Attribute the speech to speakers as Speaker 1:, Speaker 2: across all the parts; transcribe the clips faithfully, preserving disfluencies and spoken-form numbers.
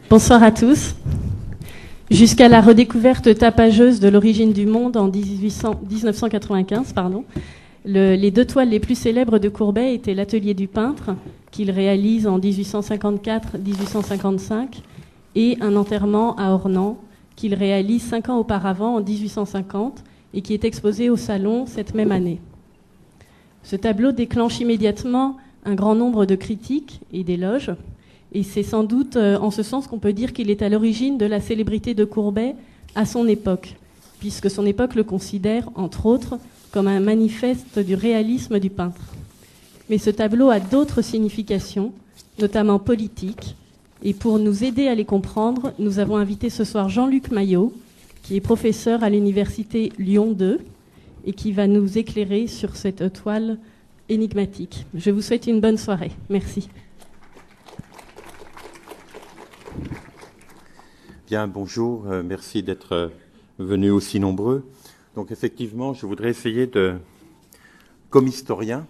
Speaker 1: Bonsoir à tous. Jusqu'à la redécouverte tapageuse de l'origine du monde en dix-neuf cent quatre-vingt-quinze, pardon, le, les deux toiles les plus célèbres de Courbet étaient l'Atelier du peintre, qu'il réalise en dix-huit cent cinquante-quatre dix-huit cent cinquante-cinq, et Un enterrement à Ornans, qu'il réalise cinq ans auparavant en dix-huit cent cinquante et qui est exposé au Salon cette même année. Ce tableau déclenche immédiatement un grand nombre de critiques et d'éloges. Et c'est sans doute en ce sens qu'on peut dire qu'il est à l'origine de la célébrité de Courbet à son époque, puisque son époque le considère, entre autres, comme un manifeste du réalisme du peintre. Mais ce tableau a d'autres significations, notamment politiques, et pour nous aider à les comprendre, nous avons invité ce soir Jean-Luc Maillot, qui est professeur à l'université Lyon deux, et qui va nous éclairer sur cette toile énigmatique. Je vous souhaite une bonne soirée. Merci.
Speaker 2: Bien, bonjour, euh, merci d'être euh, venus aussi nombreux. Donc effectivement, je voudrais essayer de, comme historien,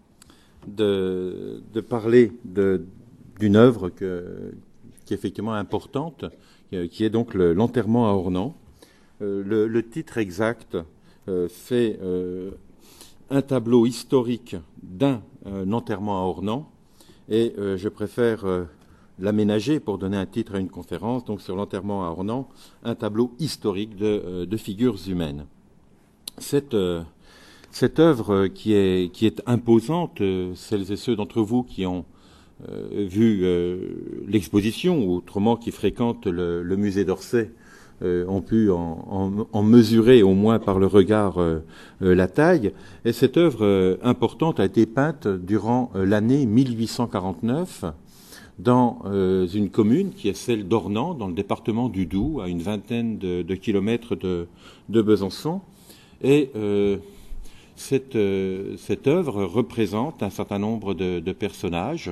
Speaker 2: de, de parler de, d'une œuvre que, qui est effectivement importante, qui est donc le, l'enterrement à Ornans. Euh, le, le titre exact euh, fait euh, un tableau historique d'un euh, enterrement à Ornans, et euh, je préfère euh, l'aménager pour donner un titre à une conférence, donc sur l'enterrement à Ornans, un tableau historique de, euh, de figures humaines. Cette, euh, cette œuvre qui est, qui est imposante, euh, celles et ceux d'entre vous qui ont euh, vu euh, l'exposition, ou autrement qui fréquentent le, le musée d'Orsay, euh, ont pu en, en, en mesurer au moins par le regard euh, euh, la taille. Et cette œuvre euh, importante a été peinte durant euh, l'année mille huit cent quarante-neuf, dans euh, une commune qui est celle d'Ornans, dans le département du Doubs, à une vingtaine de, de kilomètres de, de Besançon. Et euh, cette, euh, cette œuvre représente un certain nombre de, de personnages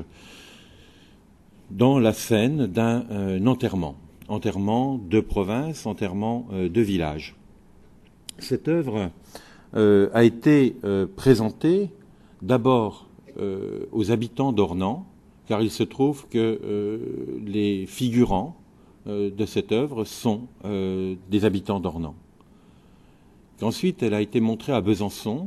Speaker 2: dans la scène d'un euh, enterrement, enterrement de province, enterrement euh, de village. Cette œuvre euh, a été euh, présentée d'abord euh, aux habitants d'Ornans, car il se trouve que euh, les figurants euh, de cette œuvre sont euh, des habitants d'Ornans. Ensuite, elle a été montrée à Besançon,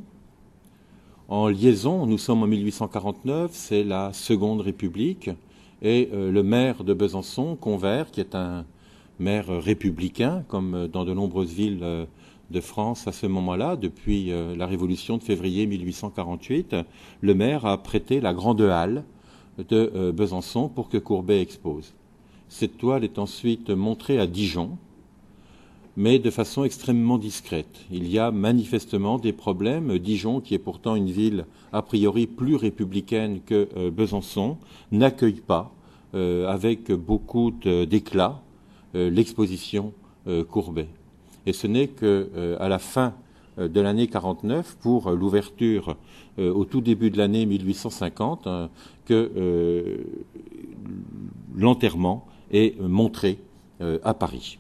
Speaker 2: en liaison, nous sommes en mille huit cent quarante-neuf, c'est la Seconde République, et euh, le maire de Besançon, Convert, qui est un maire républicain, comme dans de nombreuses villes euh, de France à ce moment-là, depuis euh, la Révolution de février mille huit cent quarante-huit, le maire a prêté la Grande Halle de euh, Besançon pour que Courbet expose. Cette toile est ensuite montrée à Dijon, mais de façon extrêmement discrète. Il y a manifestement des problèmes. Dijon, qui est pourtant une ville a priori plus républicaine que euh, Besançon, n'accueille pas, euh, avec beaucoup de, d'éclat, euh, l'exposition euh, Courbet. Et ce n'est que euh, à la fin euh, de l'année quarante-neuf, pour euh, l'ouverture euh, au tout début de l'année mille huit cent cinquante, euh, que euh, l'enterrement est montré euh, à Paris.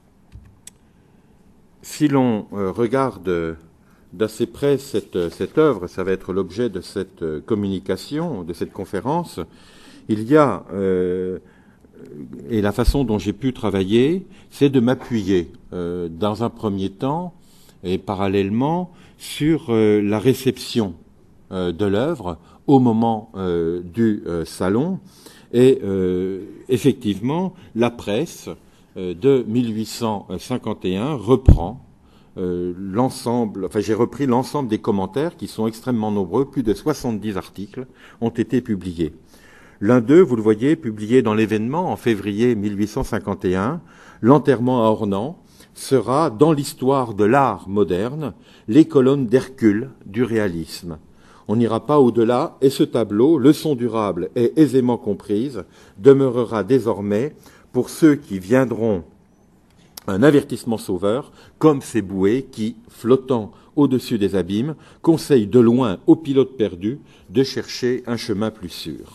Speaker 2: Si l'on euh, regarde d'assez près cette, cette œuvre, ça va être l'objet de cette euh, communication, de cette conférence, il y a, euh, et la façon dont j'ai pu travailler, c'est de m'appuyer euh, dans un premier temps et parallèlement sur euh, la réception euh, de l'œuvre au moment euh, du euh, salon, et euh, effectivement la presse euh, de mille huit cent cinquante et un reprend euh, l'ensemble, enfin j'ai repris l'ensemble des commentaires qui sont extrêmement nombreux, plus de soixante-dix articles ont été publiés. L'un d'eux, vous le voyez, publié dans l'Événement en février mille huit cent cinquante et un, l'enterrement à Ornans sera, dans l'histoire de l'art moderne, les colonnes d'Hercule du réalisme. On n'ira pas au-delà, et ce tableau, leçon durable et aisément comprise, demeurera désormais, pour ceux qui viendront, un avertissement sauveur, comme ces bouées qui, flottant au-dessus des abîmes, conseillent de loin aux pilotes perdus de chercher un chemin plus sûr.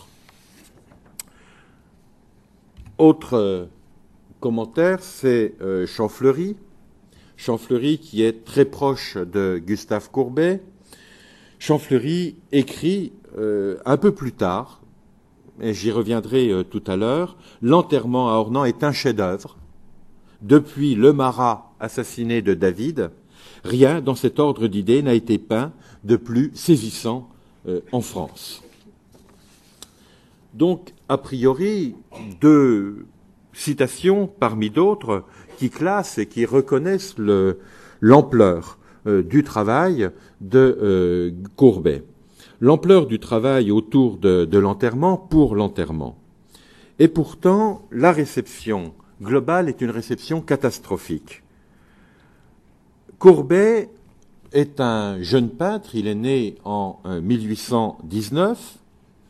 Speaker 2: Autre euh, commentaire, c'est euh, Champfleury. Champfleury qui est très proche de Gustave Courbet. Champfleury écrit euh, un peu plus tard, et j'y reviendrai euh, tout à l'heure, l'enterrement à Ornans est un chef-d'œuvre. Depuis le Marat assassiné de David, rien dans cet ordre d'idées n'a été peint de plus saisissant euh, en France. Donc, a priori, deux citations parmi d'autres qui classent et qui reconnaissent le, l'ampleur euh, du travail de euh, Courbet. L'ampleur du travail autour de, de l'enterrement pour l'enterrement. Et pourtant, la réception globale est une réception catastrophique. Courbet est un jeune peintre, il est né en euh, mille huit cent dix-neuf,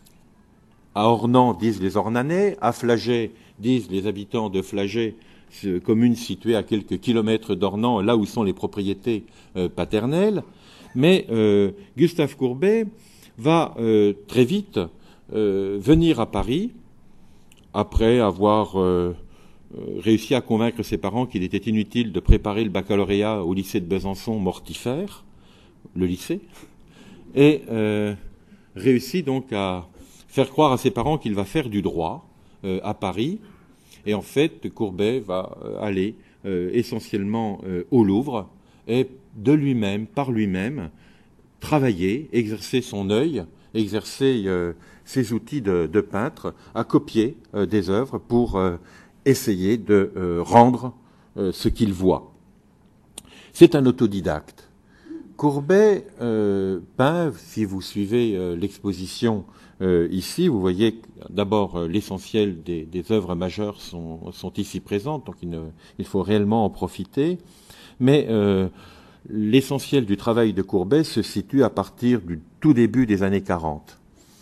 Speaker 2: à Ornans disent les Ornanais, à Flagey disent les habitants de Flagey, commune située à quelques kilomètres d'Ornans, là où sont les propriétés euh, paternelles. Mais euh, Gustave Courbet va euh, très vite euh, venir à Paris, après avoir euh, réussi à convaincre ses parents qu'il était inutile de préparer le baccalauréat au lycée de Besançon, mortifère, le lycée, et euh, réussit donc à faire croire à ses parents qu'il va faire du droit euh, à Paris. Et en fait, Courbet va euh, aller euh, essentiellement euh, au Louvre et de lui-même, par lui-même, travailler, exercer son œil, exercer euh, ses outils de, de peintre, à copier euh, des œuvres pour euh, essayer de euh, rendre euh, ce qu'il voit. C'est un autodidacte. Courbet euh, peint, si vous suivez euh, l'exposition euh, ici, vous voyez que d'abord euh, l'essentiel des, des œuvres majeures sont, sont ici présentes, donc il, ne, il faut réellement en profiter. Mais euh, l'essentiel du travail de Courbet se situe à partir du tout début des années quarante.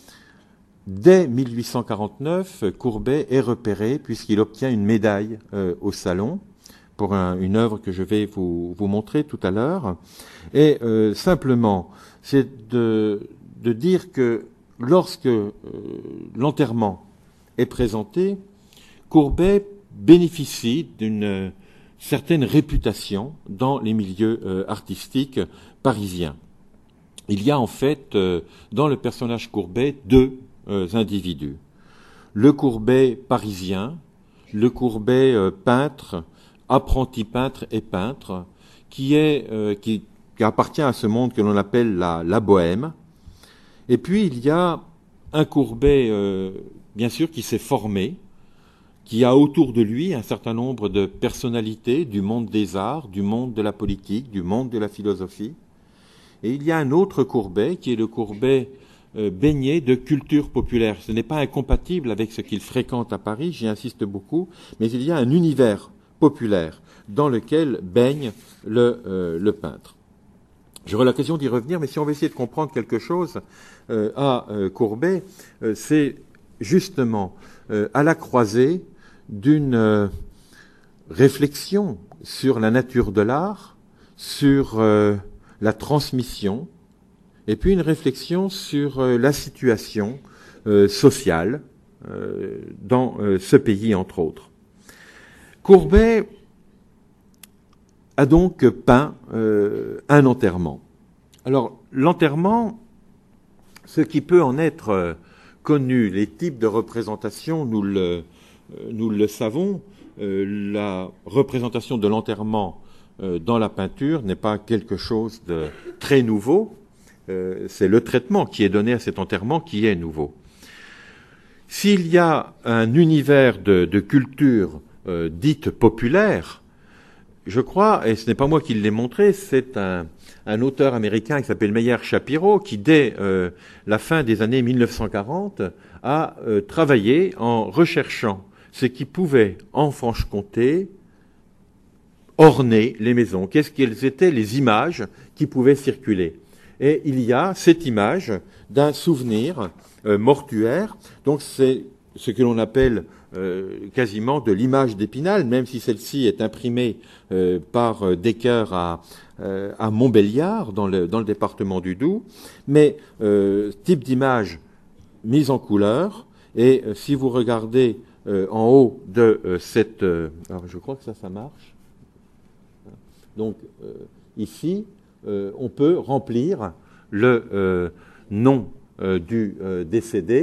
Speaker 2: Dès mille huit cent quarante-neuf, Courbet est repéré puisqu'il obtient une médaille euh, au Salon pour un, une œuvre que je vais vous, vous montrer tout à l'heure. Et euh, simplement, c'est de, de dire que lorsque euh, l'enterrement est présenté, Courbet bénéficie d'une euh, certaine réputation dans les milieux euh, artistiques parisiens. Il y a en fait, euh, dans le personnage Courbet, deux euh, individus. Le Courbet parisien, le Courbet euh, peintre, apprenti peintre et peintre, qui, est, euh, qui, qui appartient à ce monde que l'on appelle la, la bohème. Et puis il y a un Courbet, euh, bien sûr, qui s'est formé, qui a autour de lui un certain nombre de personnalités du monde des arts, du monde de la politique, du monde de la philosophie. Et il y a un autre Courbet, qui est le Courbet euh, baigné de culture populaire. Ce n'est pas incompatible avec ce qu'il fréquente à Paris, j'y insiste beaucoup, mais il y a un univers populaire dans lequel baigne le, euh, le peintre. J'aurai l'occasion d'y revenir, mais si on veut essayer de comprendre quelque chose euh, à euh, Courbet, euh, c'est justement euh, à la croisée d'une euh, réflexion sur la nature de l'art, sur euh, la transmission, et puis une réflexion sur euh, la situation euh, sociale euh, dans euh, ce pays, entre autres. Courbet a donc peint euh, un enterrement. Alors, l'enterrement, ce qui peut en être euh, connu, les types de représentations, nous le, euh, nous le savons, euh, la représentation de l'enterrement euh, dans la peinture n'est pas quelque chose de très nouveau, euh, c'est le traitement qui est donné à cet enterrement qui est nouveau. S'il y a un univers de, de culture euh, dite populaire, je crois, et ce n'est pas moi qui l'ai montré, c'est un, un auteur américain qui s'appelle Meyer Shapiro, qui dès euh, la fin des années mille neuf cent quarante a euh, travaillé en recherchant ce qui pouvait, en Franche-Comté, orner les maisons. Qu'est-ce qu'elles étaient les images qui pouvaient circuler? Et il y a cette image d'un souvenir euh, mortuaire, donc c'est ce que l'on appelle euh, quasiment de l'image d'Épinal, même si celle-ci est imprimée euh, par euh, Decker à, euh, à Montbéliard, dans le, dans le département du Doubs, mais euh, type d'image mise en couleur, et euh, si vous regardez euh, en haut de euh, cette... Euh, alors je crois que ça, ça marche. Donc euh, ici, euh, on peut remplir le euh, nom euh, du euh, décédé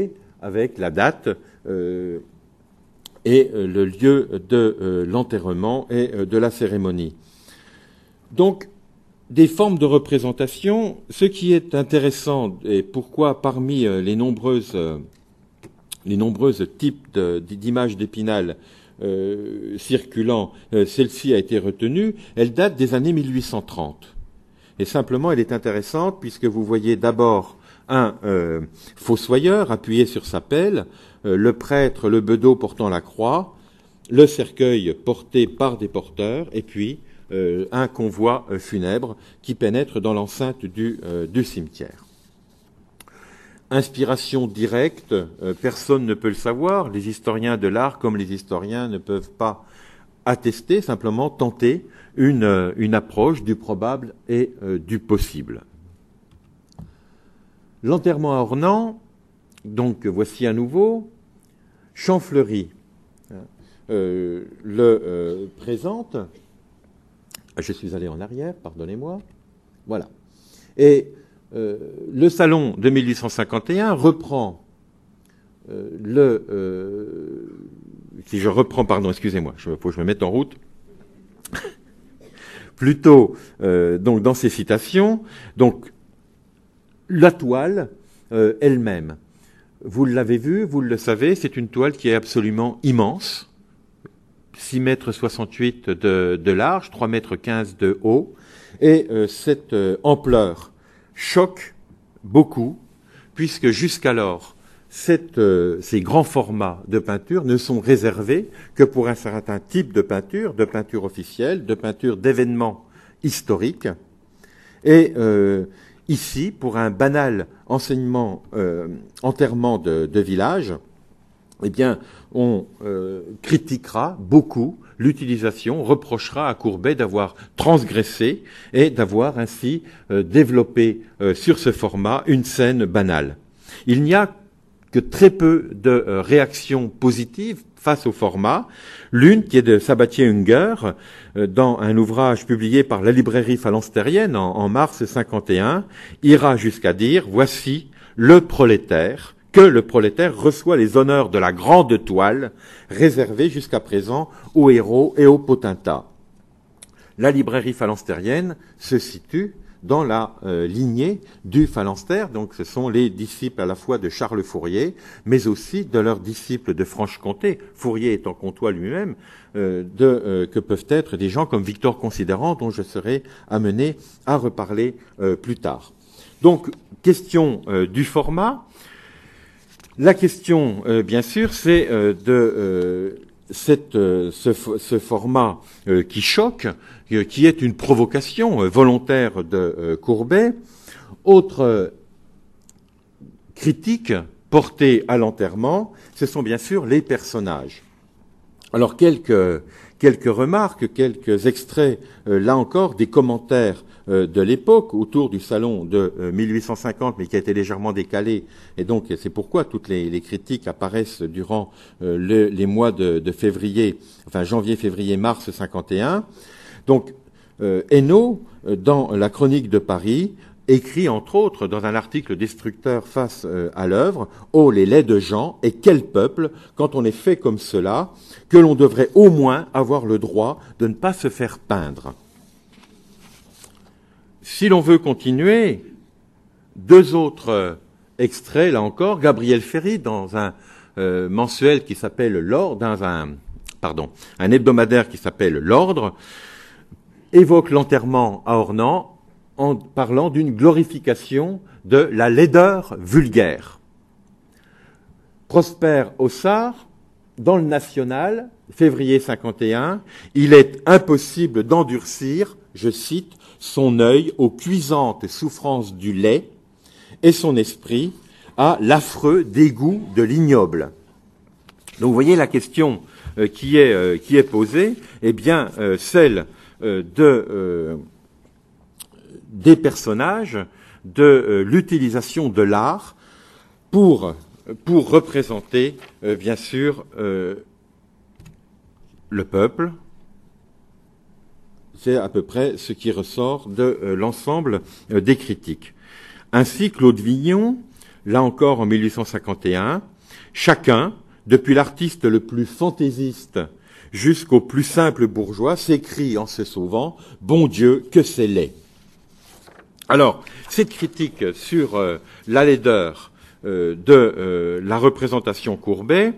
Speaker 2: avec la date euh, et euh, le lieu de euh, l'enterrement et euh, de la cérémonie. Donc, des formes de représentation, ce qui est intéressant et pourquoi parmi euh, les nombreuses euh, les nombreuses types de, d'images d'Épinal euh, circulant, euh, celle-ci a été retenue, elle date des années mille huit cent trente. Et simplement, elle est intéressante puisque vous voyez d'abord un euh, fossoyeur appuyé sur sa pelle, euh, le prêtre, le bedeau portant la croix, le cercueil porté par des porteurs, et puis euh, un convoi euh, funèbre qui pénètre dans l'enceinte du, euh, du cimetière. Inspiration directe, euh, personne ne peut le savoir, les historiens de l'art comme les historiens ne peuvent pas attester, simplement tenter une, euh, une approche du probable et euh, du possible. L'enterrement à Ornans, donc voici à nouveau, Champfleury euh, le euh, présente, je suis allé en arrière, pardonnez-moi, voilà, et Euh, le salon de mille huit cent cinquante et un reprend euh, le... Euh, si je reprends, pardon, excusez-moi, il faut que je me mette en route. Plutôt, euh, donc, dans ces citations, donc, la toile euh, elle-même. Vous l'avez vu, vous le savez, c'est une toile qui est absolument immense. six mètres soixante-huit de, de large, trois mètres quinze de haut. Et euh, cette euh, ampleur choque beaucoup, puisque jusqu'alors, cette, euh, ces grands formats de peinture ne sont réservés que pour un certain type de peinture, de peinture officielle, de peinture d'événements historiques. Et euh, ici, pour un banal enseignement, euh, enterrement de, de village, eh bien, on euh, critiquera beaucoup l'utilisation, reprochera à Courbet d'avoir transgressé et d'avoir ainsi euh, développé euh, sur ce format une scène banale. Il n'y a que très peu de euh, réactions positives face au format. L'une qui est de Sabatier-Unger, euh, dans un ouvrage publié par la librairie phalanstérienne en, en mars cinquante et un, ira jusqu'à dire « Voici le prolétaire » que le prolétaire reçoit les honneurs de la grande toile, réservée jusqu'à présent aux héros et aux potentats. La librairie phalanstérienne se situe dans la euh, lignée du phalanstère, donc ce sont les disciples à la fois de Charles Fourier, mais aussi de leurs disciples de Franche-Comté, Fourier étant comtois lui-même, euh, de, euh, que peuvent être des gens comme Victor Considérant, dont je serai amené à reparler euh, plus tard. Donc, question euh, du format. La question, euh, bien sûr, c'est euh, de euh, cette, euh, ce, ce format euh, qui choque, euh, qui est une provocation euh, volontaire de euh, Courbet. Autre euh, critique portée à l'enterrement, ce sont bien sûr les personnages. Alors quelques quelques remarques, quelques extraits, euh, là encore, des commentaires euh, de l'époque autour du salon de euh, mille huit cent cinquante, mais qui a été légèrement décalé, et donc c'est pourquoi toutes les, les critiques apparaissent durant euh, le, les mois de, de février, enfin janvier, février, mars cinquante et un. Donc euh, Hainaut, euh, dans la Chronique de Paris, écrit entre autres dans un article destructeur face euh, à l'œuvre « Oh, les laits de gens, et quel peuple, quand on est fait comme cela, que l'on devrait au moins avoir le droit de ne pas se faire peindre. » Si l'on veut continuer, deux autres euh, extraits, là encore, Gabriel Ferry, dans un euh, mensuel qui s'appelle L'Ordre, dans un, pardon, un hebdomadaire qui s'appelle L'Ordre, évoque l'enterrement à Ornans en parlant d'une glorification de la laideur vulgaire. Prosper Ossard, dans le National, février cinquante et un, il est impossible d'endurcir, je cite, son œil aux cuisantes souffrances du lait et son esprit à l'affreux dégoût de l'ignoble. Donc vous voyez la question euh, qui est euh, qui est posée, eh bien euh, celle euh, de euh, des personnages, de euh, l'utilisation de l'art pour pour représenter euh, bien sûr euh, le peuple. C'est à peu près ce qui ressort de euh, l'ensemble euh, des critiques. Ainsi, Claude Vignon, là encore en mille huit cent cinquante et un, chacun, depuis l'artiste le plus fantaisiste jusqu'au plus simple bourgeois, s'écrie en se sauvant « Bon Dieu, que c'est laid !» Alors, cette critique sur euh, la laideur euh, de euh, la représentation Courbet,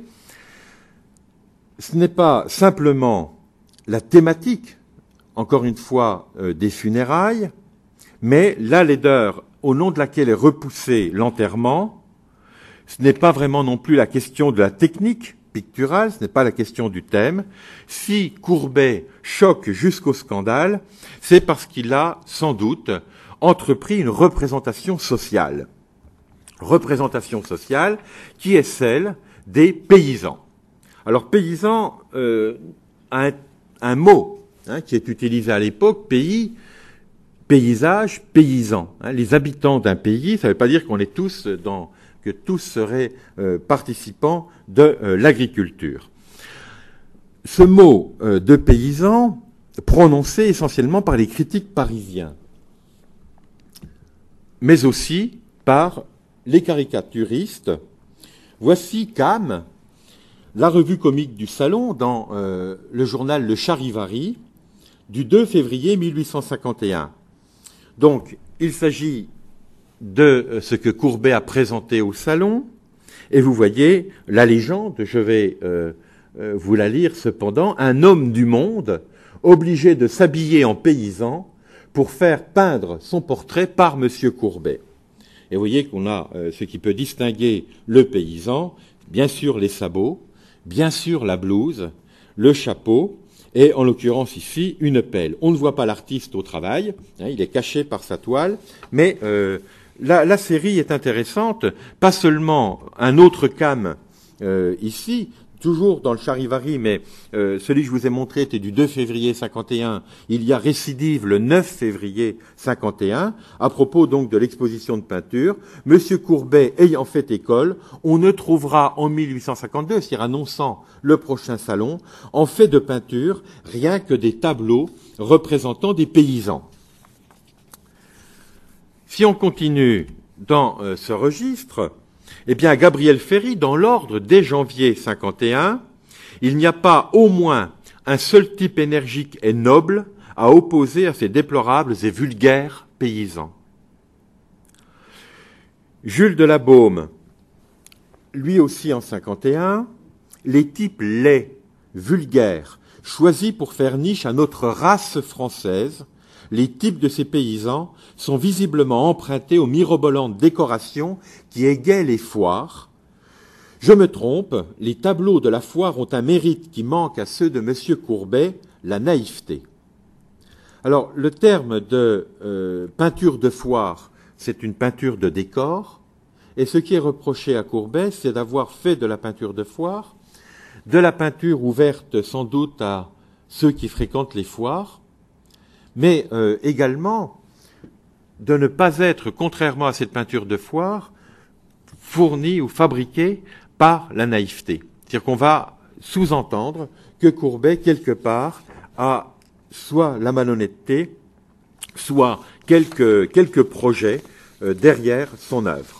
Speaker 2: ce n'est pas simplement la thématique, encore une fois, euh, des funérailles, mais la laideur au nom de laquelle est repoussé l'enterrement. Ce n'est pas vraiment non plus la question de la technique picturale, ce n'est pas la question du thème. Si Courbet choque jusqu'au scandale, c'est parce qu'il a sans doute entrepris une représentation sociale. Représentation sociale qui est celle des paysans. Alors paysan euh, a un, un mot hein, qui est utilisé à l'époque, pays, paysage, paysan. Hein, les habitants d'un pays, ça ne veut pas dire qu'on est tous dans... que tous seraient euh, participants de euh, l'agriculture. Ce mot euh, de paysan, prononcé essentiellement par les critiques parisiens, mais aussi par les caricaturistes. Voici Cam, la revue comique du Salon, dans euh, le journal Le Charivari, du deux février mille huit cent cinquante et un. Donc, il s'agit de ce que Courbet a présenté au Salon, et vous voyez la légende, je vais euh, euh, vous la lire cependant, un homme du monde obligé de s'habiller en paysan pour faire peindre son portrait par Monsieur Courbet. Et vous voyez qu'on a euh, ce qui peut distinguer le paysan, bien sûr les sabots, bien sûr la blouse, le chapeau, et en l'occurrence ici, une pelle. On ne voit pas l'artiste au travail, hein, il est caché par sa toile, mais euh, la, la série est intéressante, pas seulement un autre Cam euh, ici, toujours dans le Charivari, mais euh, celui que je vous ai montré était du deux février cinquante et un, il y a récidive le neuf février cinquante et un, à propos donc de l'exposition de peinture, Monsieur Courbet ayant fait école, on ne trouvera en mille huit cent cinquante-deux, c'est-à-dire annonçant le prochain salon, en fait de peinture, rien que des tableaux représentant des paysans. Si on continue dans euh, ce registre, eh bien, Gabriel Ferry, dans l'ordre, dès janvier cinquante et un, il n'y a pas au moins un seul type énergique et noble à opposer à ces déplorables et vulgaires paysans. Jules de la Baume, lui aussi en cinquante et un, les types laids, vulgaires, choisis pour faire niche à notre race française, les types de ces paysans sont visiblement empruntés aux mirobolantes décorations qui égaient les foires. Je me trompe, les tableaux de la foire ont un mérite qui manque à ceux de Monsieur Courbet, la naïveté. Alors, le terme de euh, peinture de foire, c'est une peinture de décor, et ce qui est reproché à Courbet, c'est d'avoir fait de la peinture de foire, de la peinture ouverte sans doute à ceux qui fréquentent les foires, mais euh, également de ne pas être, contrairement à cette peinture de foire, fournie ou fabriquée par la naïveté. C'est-à-dire qu'on va sous-entendre que Courbet, quelque part, a soit la malhonnêteté, soit quelques, quelques projets euh, derrière son œuvre.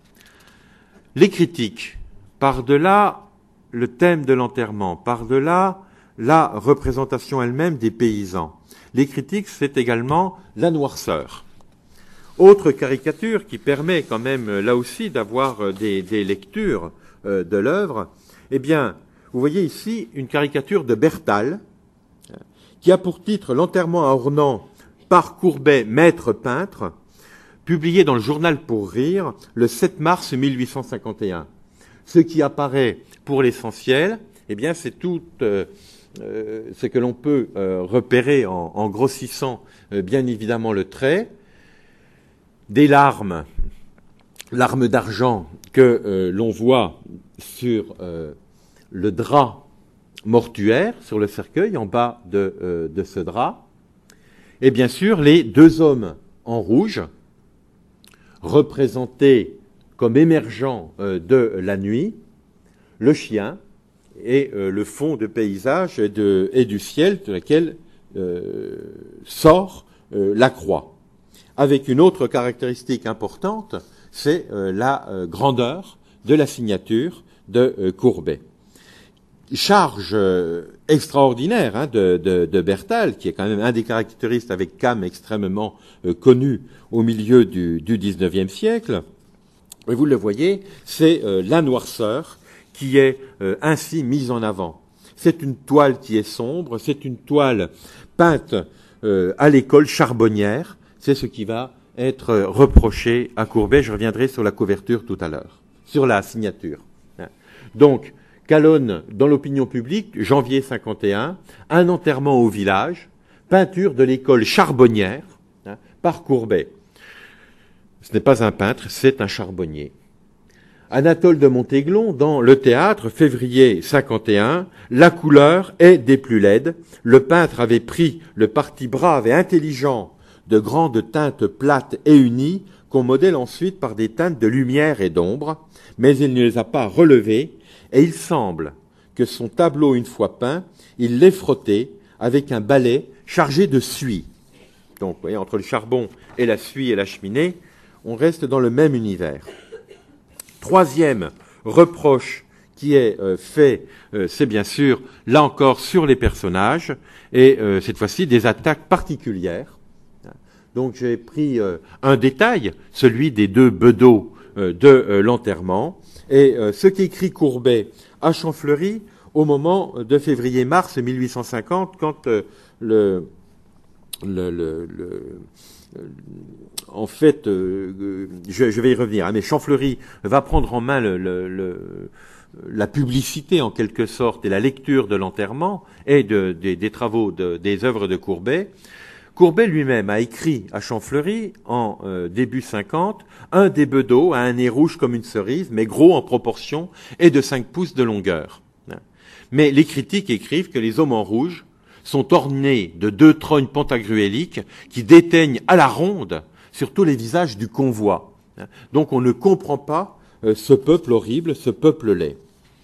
Speaker 2: Les critiques, par-delà le thème de l'enterrement, par-delà la représentation elle-même des paysans, les critiques, c'est également la noirceur. Autre caricature qui permet quand même, là aussi, d'avoir des, des lectures euh, de l'œuvre, eh bien, vous voyez ici une caricature de Bertal, qui a pour titre « L'enterrement à Ornans par Courbet, maître peintre », publié dans le Journal pour rire le sept mars mille huit cent cinquante et un. Ce qui apparaît pour l'essentiel, eh bien, c'est tout... Euh, Euh, ce que l'on peut euh, repérer en, en grossissant euh, bien évidemment le trait, des larmes, larmes d'argent que euh, l'on voit sur euh, le drap mortuaire, sur le cercueil en bas de, euh, de ce drap, et bien sûr les deux hommes en rouge, représentés comme émergeants euh, de la nuit, le chien, et euh, le fond de paysage et, de, et du ciel de laquelle euh, sort euh, la croix. Avec une autre caractéristique importante, c'est euh, la euh, grandeur de la signature de euh, Courbet. Charge euh, extraordinaire hein, de, de, de Bertal, qui est quand même un des caricaturistes avec Cam extrêmement euh, connu au milieu du, du dix-neuvième siècle. Et vous le voyez, c'est euh, la noirceur qui est euh, ainsi mise en avant. C'est une toile qui est sombre, c'est une toile peinte euh, à l'école charbonnière. C'est ce qui va être reproché à Courbet. Je reviendrai sur la couverture tout à l'heure, sur la signature. Donc, Calonne dans l'opinion publique, janvier cinquante et un, un enterrement au village, peinture de l'école charbonnière hein, par Courbet. Ce n'est pas un peintre, c'est un charbonnier. Anatole de Montaiglon, dans Le Théâtre, février cinquante et un, la couleur est des plus laides. Le peintre avait pris le parti brave et intelligent de grandes teintes plates et unies qu'on modèle ensuite par des teintes de lumière et d'ombre, mais il ne les a pas relevées. Et il semble que son tableau, une fois peint, il l'ait frotté avec un balai chargé de suie. Donc, vous voyez, entre le charbon et la suie et la cheminée, on reste dans le même univers. Troisième reproche qui est euh, fait, euh, c'est bien sûr, là encore, sur les personnages, et euh, cette fois-ci, des attaques particulières. Donc, j'ai pris euh, un détail, celui des deux bedeaux euh, de euh, l'enterrement, et euh, ce qu'écrit Courbet à Champfleury au moment de février-mars mille huit cent cinquante, quand euh, le, le, le, le euh, en fait, euh, je, je vais y revenir, hein, mais Champfleury va prendre en main le, le, le, la publicité en quelque sorte et la lecture de l'enterrement et de, de, des travaux de, des œuvres de Courbet. Courbet lui-même a écrit à Champfleury, en euh, début cinquante, un des bedeaux a un nez rouge comme une cerise, mais gros en proportion et de cinq pouces de longueur. Mais les critiques écrivent que les hommes en rouge sont ornés de deux trognes pentagruéliques qui déteignent à la ronde sur tous les visages du convoi. Donc on ne comprend pas euh, ce peuple horrible, ce peuple laid.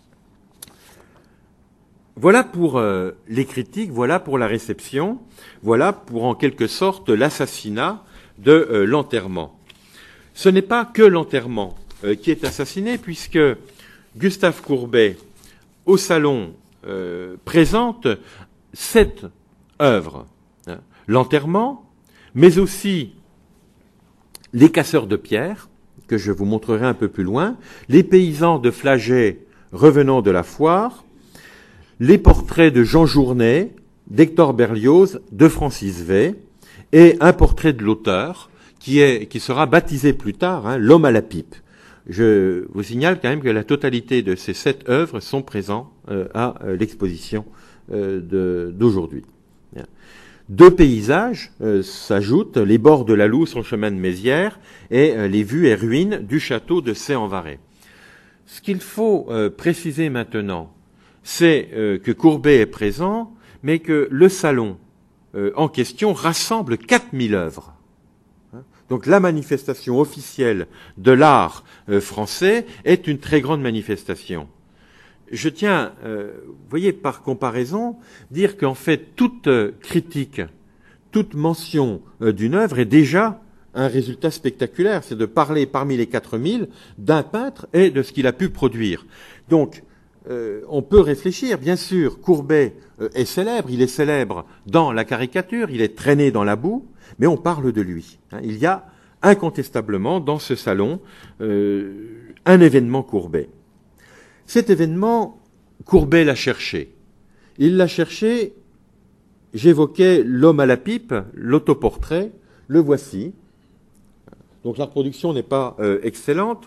Speaker 2: Voilà pour euh, les critiques, voilà pour la réception, voilà pour en quelque sorte l'assassinat de euh, l'enterrement. Ce n'est pas que l'enterrement euh, qui est assassiné, puisque Gustave Courbet, au salon, euh, présente sept œuvres. Hein. L'enterrement, mais aussi les casseurs de pierre, que je vous montrerai un peu plus loin, les paysans de Flagey revenant de la foire, les portraits de Jean Journet, d'Hector Berlioz, de Francis Vey, et un portrait de l'auteur qui, est, qui sera baptisé plus tard, hein, L'homme à la pipe. Je vous signale quand même que la totalité de ces sept œuvres sont présentes euh, à euh, l'exposition euh, de, d'aujourd'hui. Deux paysages euh, s'ajoutent, les bords de la Lousse en chemin de Mézières et euh, les vues et ruines du château de Sey-en-Varay. Ce qu'il faut euh, préciser maintenant, c'est euh, que Courbet est présent, mais que le salon euh, en question rassemble quatre mille œuvres. Donc la manifestation officielle de l'art euh, français est une très grande manifestation. Je tiens, euh, vous voyez, par comparaison, dire qu'en fait toute euh, critique, toute mention euh, d'une œuvre est déjà un résultat spectaculaire. C'est de parler parmi les quatre mille d'un peintre et de ce qu'il a pu produire. Donc, Euh, on peut réfléchir, bien sûr, Courbet euh, est célèbre, il est célèbre dans la caricature, il est traîné dans la boue, mais on parle de lui. Hein. Il y a incontestablement dans ce salon euh, un événement Courbet. Cet événement, Courbet l'a cherché. Il l'a cherché, j'évoquais l'homme à la pipe, l'autoportrait, le voici. Donc la reproduction n'est pas euh, excellente.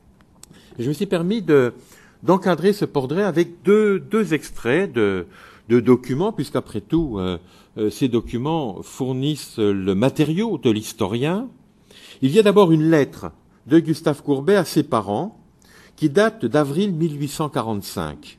Speaker 2: Je me suis permis de d'encadrer ce portrait avec deux, deux extraits de, de documents, puisqu'après tout, euh, euh, ces documents fournissent le matériau de l'historien. Il y a d'abord une lettre de Gustave Courbet à ses parents, qui date d'avril mille huit cent quarante-cinq.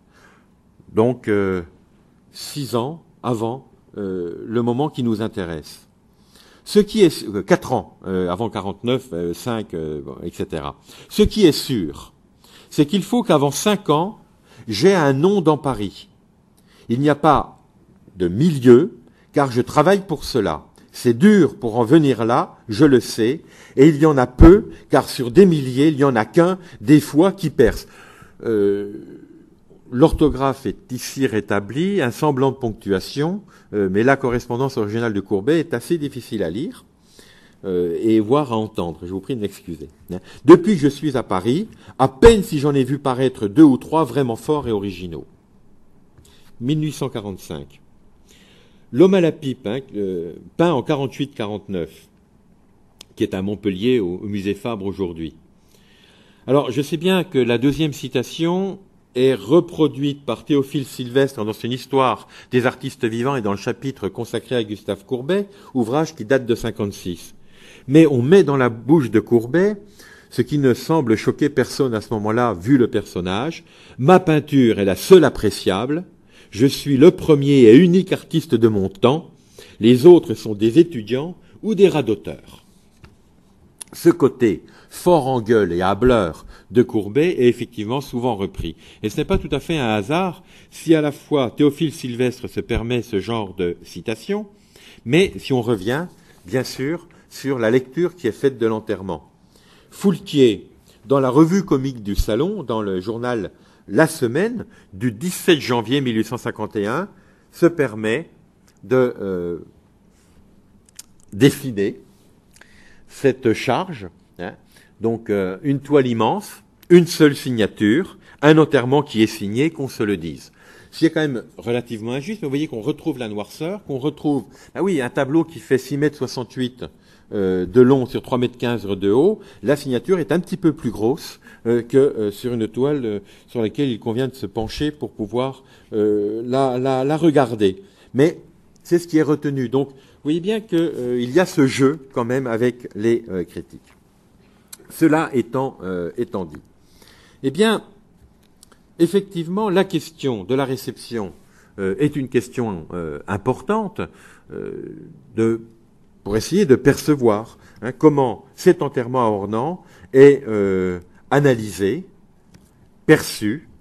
Speaker 2: Donc, euh, six ans avant euh, le moment qui nous intéresse. Ce qui est... Euh, quatre ans, euh, avant quarante-neuf, euh, cinq, euh, bon, et cetera. Ce qui est sûr, c'est qu'il faut qu'avant cinq ans, j'ai un nom dans Paris. Il n'y a pas de milieu, car je travaille pour cela. C'est dur pour en venir là, je le sais, et il y en a peu, car sur des milliers, il n'y en a qu'un, des fois, qui perce. euh, l'orthographe est ici rétablie, un semblant de ponctuation, euh, mais la correspondance originale de Courbet est assez difficile à lire euh, et voire à entendre. Je vous prie de m'excuser. Depuis que je suis à Paris, à peine si j'en ai vu paraître deux ou trois vraiment forts et originaux. mille huit cent quarante-cinq. L'homme à la pipe, hein, euh, peint en quarante-huit quarante-neuf, qui est à Montpellier, au, au musée Fabre aujourd'hui. Alors, je sais bien que la deuxième citation est reproduite par Théophile Sylvestre dans son Histoire des artistes vivants et dans le chapitre consacré à Gustave Courbet, ouvrage qui date de cinquante-six. Mais on met dans la bouche de Courbet ce qui ne semble choquer personne à ce moment-là, vu le personnage. Ma peinture est la seule appréciable. Je suis le premier et unique artiste de mon temps. Les autres sont des étudiants ou des radoteurs. Ce côté fort en gueule et hâbleur de Courbet est effectivement souvent repris. Et ce n'est pas tout à fait un hasard si à la fois Théophile Sylvestre se permet ce genre de citation, mais si on revient, bien sûr, sur la lecture qui est faite de l'enterrement. Foulquier, dans la revue comique du Salon, dans le journal La Semaine, du dix-sept janvier mille huit cent cinquante et un, se permet de euh, décliner cette charge, hein, donc euh, une toile immense, une seule signature, un enterrement qui est signé, qu'on se le dise. Ce qui est quand même relativement injuste, mais vous voyez qu'on retrouve la noirceur, qu'on retrouve, ah oui, un tableau qui fait six mètres soixante-huit euh, de long sur trois mètres quinze de haut, la signature est un petit peu plus grosse euh, que euh, sur une toile euh, sur laquelle il convient de se pencher pour pouvoir euh, la, la, la regarder. Mais c'est ce qui est retenu. Donc, vous voyez bien qu'il euh, y a ce jeu quand même avec les euh, critiques. Cela étant, euh, étant dit. Eh bien, effectivement, la question de la réception euh, est une question euh, importante euh, de, pour essayer de percevoir hein, comment cet enterrement à Ornans est euh, analysé, perçu.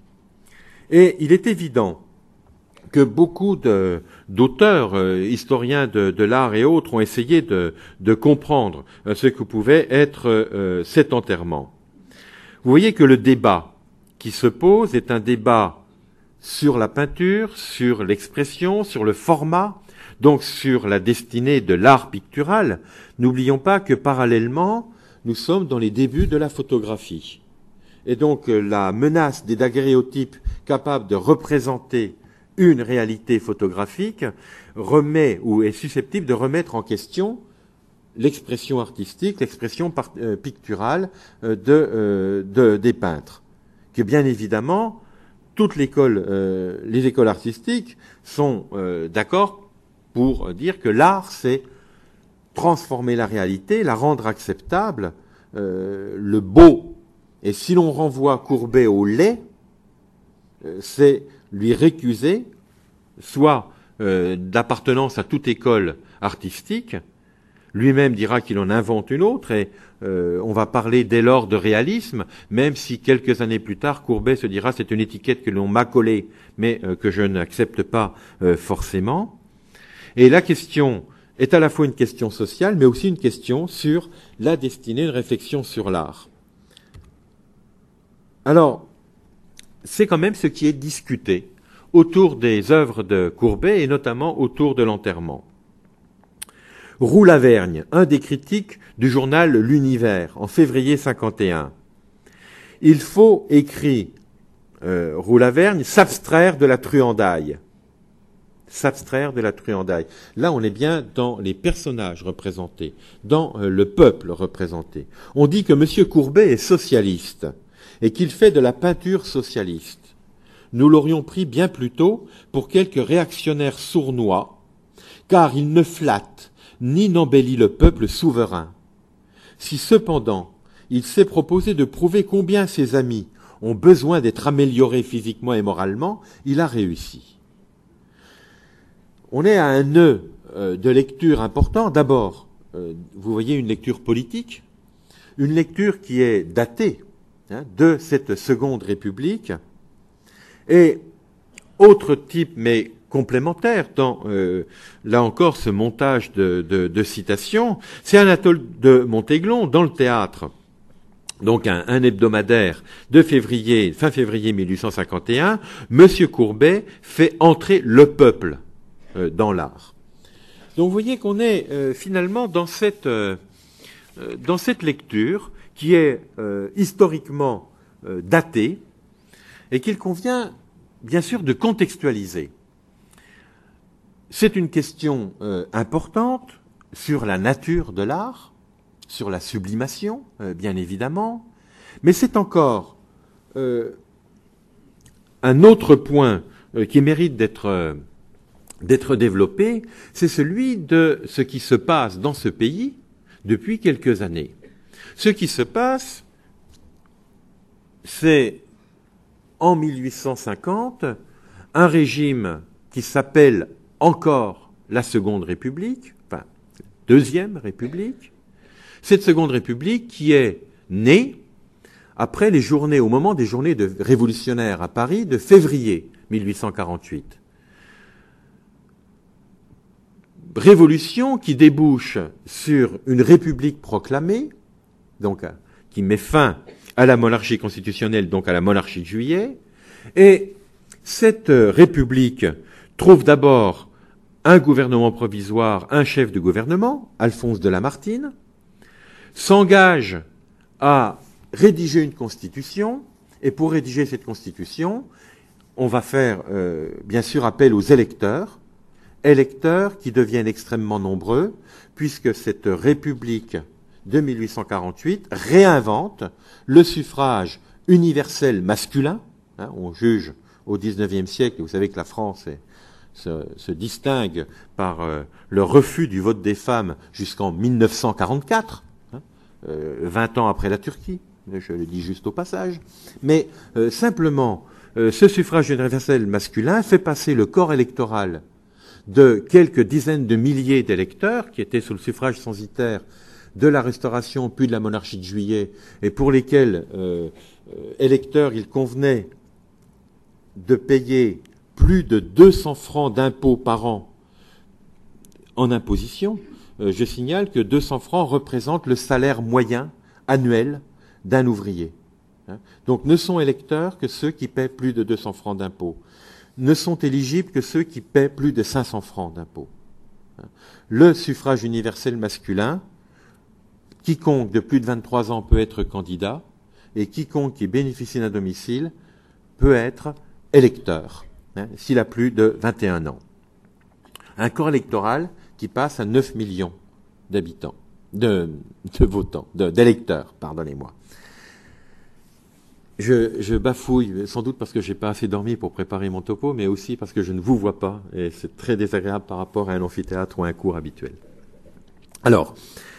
Speaker 2: Et il est évident que beaucoup de, d'auteurs, euh, historiens de, de l'art et autres, ont essayé de, de comprendre euh, ce que pouvait être euh, cet enterrement. Vous voyez que le débat qui se pose est un débat sur la peinture, sur l'expression, sur le format, donc sur la destinée de l'art pictural. N'oublions pas que parallèlement, nous sommes dans les débuts de la photographie. Et donc euh, la menace des daguerréotypes capables de représenter une réalité photographique remet ou est susceptible de remettre en question l'expression artistique, l'expression euh, picturale euh, de, euh, de, des peintres. Que bien évidemment, toutes l'école, euh, les écoles artistiques sont euh, d'accord pour dire que l'art, c'est transformer la réalité, la rendre acceptable, euh, le beau. Et si l'on renvoie Courbet au laid, euh, c'est lui récuser, soit euh, d'appartenance à toute école artistique, lui-même dira qu'il en invente une autre, et euh, on va parler dès lors de réalisme, même si quelques années plus tard, Courbet se dira c'est une étiquette que l'on m'a collée, mais euh, que je n'accepte pas euh, forcément. Et la question est à la fois une question sociale, mais aussi une question sur la destinée, une réflexion sur l'art. Alors, c'est quand même ce qui est discuté autour des œuvres de Courbet et notamment autour de l'enterrement. Roux Lavergne, un des critiques du journal L'Univers, en février cinquante et un. Il faut, écrit euh, Roux Lavergne, s'abstraire de la truandaille. S'abstraire de la truandaille. Là, on est bien dans les personnages représentés, dans euh, le peuple représenté. On dit que M. Courbet est socialiste et qu'il fait de la peinture socialiste. Nous l'aurions pris bien plus tôt pour quelque réactionnaire sournois, car il ne flatte ni n'embellit le peuple souverain. Si cependant il s'est proposé de prouver combien ses amis ont besoin d'être améliorés physiquement et moralement, il a réussi. On est à un nœud euh, de lecture important. D'abord, euh, vous voyez une lecture politique, une lecture qui est datée hein, de cette Seconde République, et autre type, mais complémentaire, dans, euh, là encore, ce montage de, de, de citations, c'est Anatole de Montaiglon, dans le théâtre. donc un, un hebdomadaire de février, fin février mille huit cent cinquante et un, Monsieur Courbet fait entrer le peuple euh, dans l'art. Donc vous voyez qu'on est euh, finalement dans cette, euh, dans cette lecture qui est euh, historiquement euh, datée et qu'il convient bien sûr de contextualiser. C'est une question euh, importante sur la nature de l'art, sur la sublimation, euh, bien évidemment, mais c'est encore euh, un autre point euh, qui mérite d'être euh, d'être développé, c'est celui de ce qui se passe dans ce pays depuis quelques années. Ce qui se passe, c'est en mille huit cent cinquante, un régime qui s'appelle encore la Seconde République, enfin, Deuxième République. Cette Seconde République qui est née après les journées, au moment des journées de révolutionnaires à Paris de février mille huit cent quarante-huit. Révolution qui débouche sur une république proclamée, donc qui met fin à la monarchie constitutionnelle, donc à la monarchie de Juillet, et cette république trouve d'abord un gouvernement provisoire, un chef de gouvernement, Alphonse de Lamartine, s'engage à rédiger une constitution, et pour rédiger cette constitution, on va faire euh, bien sûr appel aux électeurs, électeurs qui deviennent extrêmement nombreux, puisque cette République de mille huit cent quarante-huit réinvente le suffrage universel masculin. Hein, on juge au dix-neuvième siècle, et vous savez que la France est, se, se distingue par euh, le refus du vote des femmes jusqu'en mille neuf cent quarante-quatre, hein, euh, vingt ans après la Turquie, je le dis juste au passage. Mais euh, simplement, euh, ce suffrage universel masculin fait passer le corps électoral de quelques dizaines de milliers d'électeurs qui étaient sous le suffrage censitaire de la Restauration puis de la monarchie de Juillet et pour lesquels euh, euh, électeurs il convenait de payer plus de deux cents francs d'impôts par an en imposition. Euh, je signale que deux cents francs représentent le salaire moyen annuel d'un ouvrier. Hein. Donc ne sont électeurs que ceux qui paient plus de deux cents francs d'impôts. Ne sont éligibles que ceux qui paient plus de cinq cents francs d'impôts. Le suffrage universel masculin, quiconque de plus de vingt-trois ans peut être candidat, et quiconque qui bénéficie d'un domicile peut être électeur, hein, s'il a plus de vingt et un ans. Un corps électoral qui passe à neuf millions d'habitants, de, de votants, de, d'électeurs, pardonnez-moi. Je, je bafouille, sans doute parce que j'ai pas assez dormi pour préparer mon topo, mais aussi parce que je ne vous vois pas, et c'est très désagréable par rapport à un amphithéâtre ou à un cours habituel. Alors,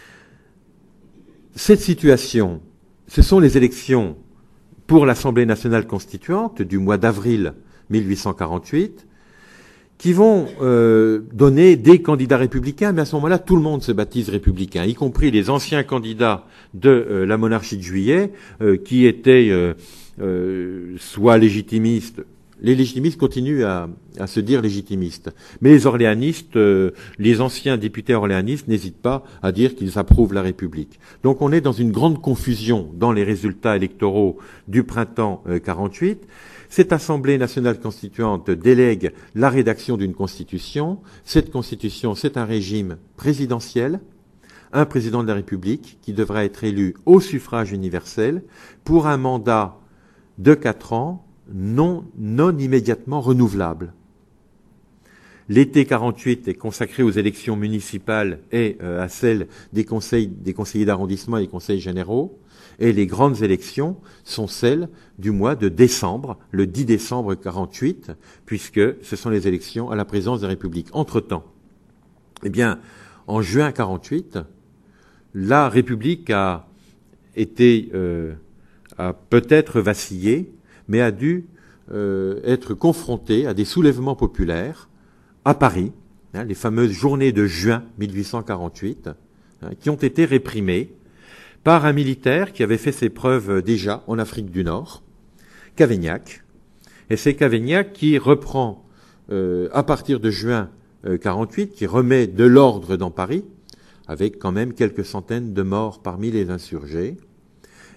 Speaker 2: cette situation, ce sont les élections pour l'Assemblée nationale constituante du mois d'avril mille huit cent quarante-huit, qui vont euh, donner des candidats républicains, mais à ce moment-là, tout le monde se baptise républicain, y compris les anciens candidats de euh, la monarchie de Juillet, euh, qui étaient euh, euh, soit légitimistes. Les légitimistes continuent à, à se dire légitimistes, mais les orléanistes, euh, les anciens députés orléanistes n'hésitent pas à dire qu'ils approuvent la République. Donc on est dans une grande confusion dans les résultats électoraux du printemps euh, quarante-huit. Cette Assemblée nationale constituante délègue la rédaction d'une constitution. Cette constitution, c'est un régime présidentiel, un président de la République qui devra être élu au suffrage universel pour un mandat de quatre ans non, non immédiatement renouvelable. L'été quarante-huit est consacré aux élections municipales et euh, à celles des conseils, des conseillers d'arrondissement et des conseils généraux. Et les grandes élections sont celles du mois de décembre, le dix décembre quarante-huit, puisque ce sont les élections à la présidence de la République. Entre-temps, eh bien, en juin quarante-huit, la République a été, euh, a peut-être vacillé, mais a dû euh, être confrontée à des soulèvements populaires à Paris, hein, les fameuses journées de juin mille huit cent quarante-huit, hein, qui ont été réprimées par un militaire qui avait fait ses preuves déjà en Afrique du Nord, Cavaignac. Et c'est Cavaignac qui reprend, euh, à partir de juin euh, quarante-huit, qui remet de l'ordre dans Paris, avec quand même quelques centaines de morts parmi les insurgés,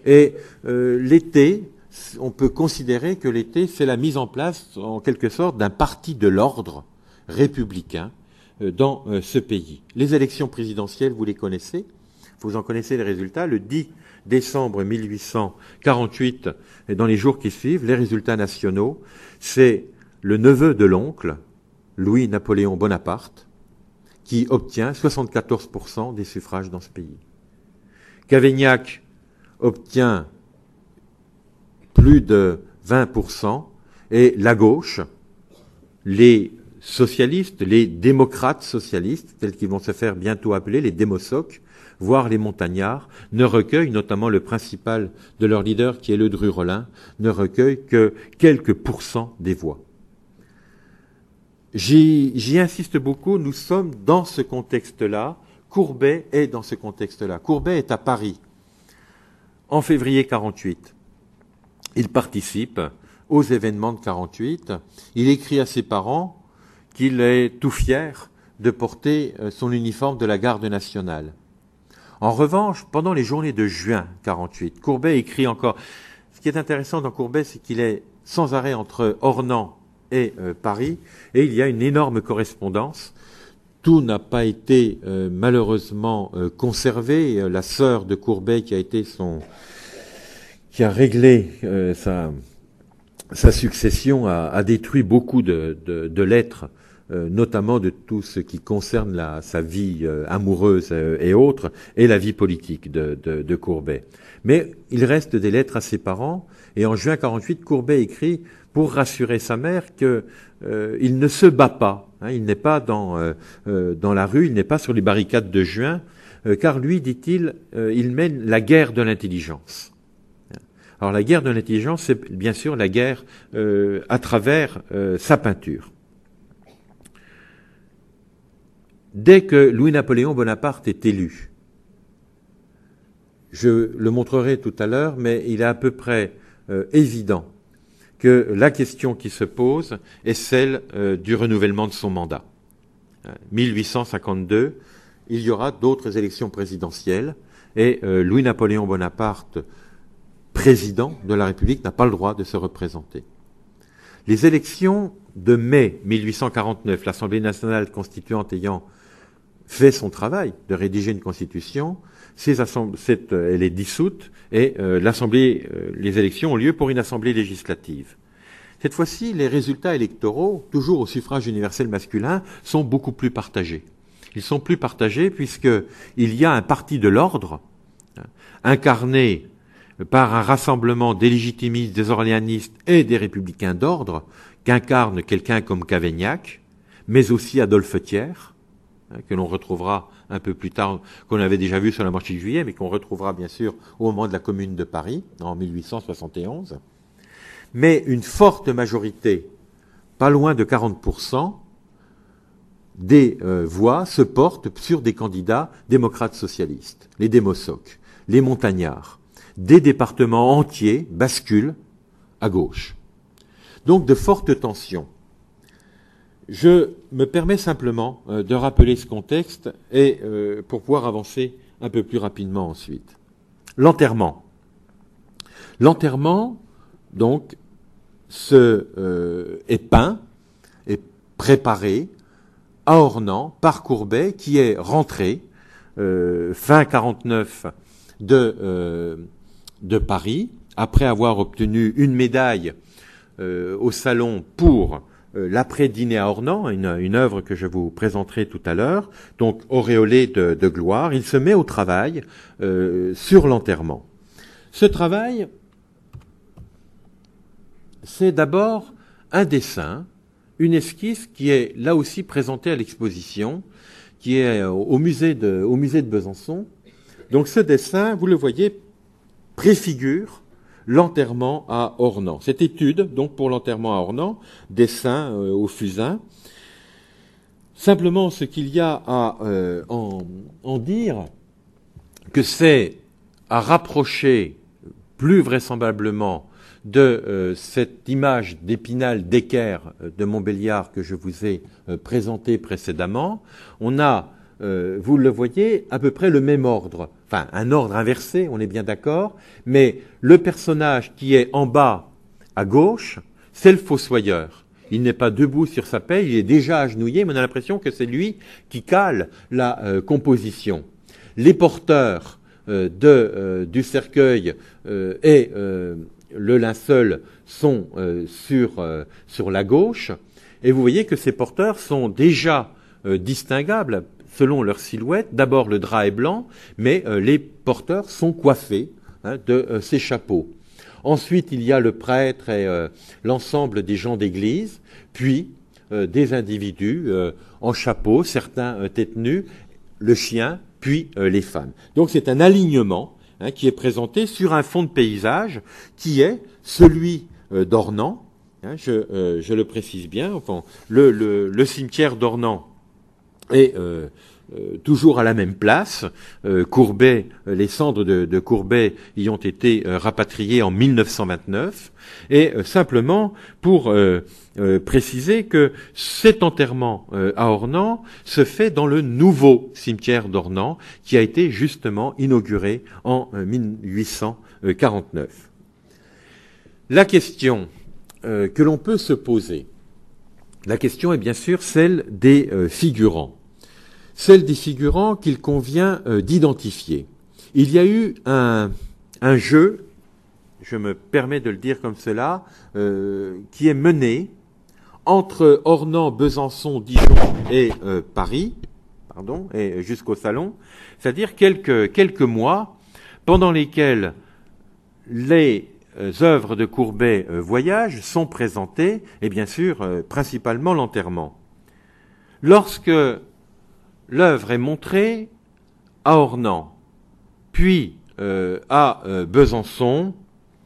Speaker 2: Et euh, l'été, on peut considérer que l'été, c'est la mise en place, en quelque sorte, d'un parti de l'ordre républicain euh, dans euh, ce pays. Les élections présidentielles, vous les connaissez, vous en connaissez les résultats. Le dix décembre mille huit cent quarante-huit, et dans les jours qui suivent, les résultats nationaux, c'est le neveu de l'oncle, Louis-Napoléon Bonaparte, qui obtient soixante-quatorze pour cent des suffrages dans ce pays. Cavaignac obtient plus de vingt pour cent, et la gauche, les socialistes, les démocrates socialistes, tels qu'ils vont se faire bientôt appeler, les démosocs, voire les montagnards, ne recueillent, notamment le principal de leur leader, qui est Ledru-Rollin, ne recueille que quelques pourcents des voix. J'y, j'y insiste beaucoup, nous sommes dans ce contexte-là, Courbet est dans ce contexte-là. Courbet est à Paris, en février quarante-huit. Il participe aux événements de quarante-huit. Il écrit à ses parents qu'il est tout fier de porter son uniforme de la garde nationale. En revanche, pendant les journées de juin quarante-huit, Courbet écrit encore. Ce qui est intéressant dans Courbet, c'est qu'il est sans arrêt entre Ornans et euh, Paris, et il y a une énorme correspondance. Tout n'a pas été euh, malheureusement euh, conservé. La sœur de Courbet, qui a été son, qui a réglé euh, sa, sa succession, a, a détruit beaucoup de, de, de lettres, euh, notamment de tout ce qui concerne la, sa vie euh, amoureuse euh, et autres, et la vie politique de, de, de Courbet. Mais il reste des lettres à ses parents, et en juin quarante-huit, Courbet écrit pour rassurer sa mère que euh, il ne se bat pas, hein, il n'est pas dans, euh, euh, dans la rue, il n'est pas sur les barricades de juin, euh, car lui, dit-il, euh, il mène la guerre de l'intelligence. Alors la guerre de l'intelligence, c'est bien sûr la guerre euh, à travers euh, sa peinture. Dès que Louis-Napoléon Bonaparte est élu, je le montrerai tout à l'heure, mais il est à peu près euh, évident que la question qui se pose est celle euh, du renouvellement de son mandat. mille huit cent cinquante-deux, il y aura d'autres élections présidentielles et euh, Louis-Napoléon Bonaparte, président de la République, n'a pas le droit de se représenter. Les élections de mai mille huit cent quarante-neuf, l'Assemblée nationale constituante ayant fait son travail de rédiger une constitution, ces cette, elle est dissoute et euh, l'Assemblée, euh, les élections ont lieu pour une Assemblée législative. Cette fois-ci, les résultats électoraux, toujours au suffrage universel masculin, sont beaucoup plus partagés. Ils sont plus partagés puisqu'il y a un parti de l'ordre, hein, incarné par un rassemblement des légitimistes, des orléanistes et des républicains d'ordre, qu'incarne quelqu'un comme Cavaignac, mais aussi Adolphe Thiers, hein, que l'on retrouvera un peu plus tard, qu'on avait déjà vu sur la marche de juillet, mais qu'on retrouvera bien sûr au moment de la Commune de Paris, en mille huit cent soixante et onze. Mais une forte majorité, pas loin de quarante pour cent, des euh, voix se portent sur des candidats démocrates socialistes, les démosocs, les montagnards. Des départements entiers basculent à gauche. Donc de fortes tensions. Je me permets simplement euh, de rappeler ce contexte et euh, pour pouvoir avancer un peu plus rapidement ensuite. L'enterrement. L'enterrement, donc, se, euh, est peint, est préparé à Ornans par Courbet, qui est rentré euh, fin quarante-neuf de, euh, de Paris, après avoir obtenu une médaille euh, au salon pour euh, l'après-dîner à Ornans, une, une œuvre que je vous présenterai tout à l'heure, donc auréolé de, de gloire. Il se met au travail euh, sur l'enterrement. Ce travail, c'est d'abord un dessin, une esquisse qui est là aussi présentée à l'exposition, qui est au musée de, au musée de Besançon. Donc ce dessin, vous le voyez, préfigure l'enterrement à Ornans. Cette étude, donc pour l'enterrement à Ornans, dessin euh, au fusain. Simplement, ce qu'il y a à euh, en, en dire, que c'est à rapprocher plus vraisemblablement de euh, cette image d'Épinal d'Ecker de Montbéliard que je vous ai euh, présentée précédemment. On a euh, vous le voyez, à peu près le même ordre. Enfin, un ordre inversé, on est bien d'accord, mais le personnage qui est en bas, à gauche, c'est le fossoyeur. Il n'est pas debout sur sa paille, il est déjà agenouillé, mais on a l'impression que c'est lui qui cale la euh, composition. Les porteurs euh, de, euh, du cercueil euh, et euh, le linceul sont euh, sur, euh, sur la gauche, et vous voyez que ces porteurs sont déjà euh, distinguables selon leur silhouette. D'abord, le drap est blanc, mais euh, les porteurs sont coiffés hein, de euh, ces chapeaux. Ensuite, il y a le prêtre et euh, l'ensemble des gens d'église, puis euh, des individus euh, en chapeau, certains euh, tête nue, le chien, puis euh, les femmes. Donc c'est un alignement hein, qui est présenté sur un fond de paysage qui est celui euh, d'Ornans. Hein, je, euh, je le précise bien. Enfin, le, le, le cimetière d'Ornans est euh, euh, toujours à la même place. Euh, Courbet, euh, les cendres de, de Courbet y ont été euh, rapatriées en mille neuf cent vingt-neuf. Et euh, simplement pour euh, euh, préciser que cet enterrement euh, à Ornans se fait dans le nouveau cimetière d'Ornans qui a été justement inauguré en euh, mille huit cent quarante-neuf. La question euh, que l'on peut se poser, la question est bien sûr celle des euh, figurants. Celle des figurants qu'il convient euh, d'identifier. Il y a eu un, un jeu, je me permets de le dire comme cela, euh, qui est mené entre Ornans, Besançon, Dijon et euh, Paris, pardon, et jusqu'au salon, c'est-à-dire quelques, quelques mois pendant lesquels les euh, œuvres de Courbet euh, Voyage sont présentées, et bien sûr, euh, principalement l'enterrement. Lorsque l'œuvre est montrée à Ornans, puis euh, à euh, Besançon,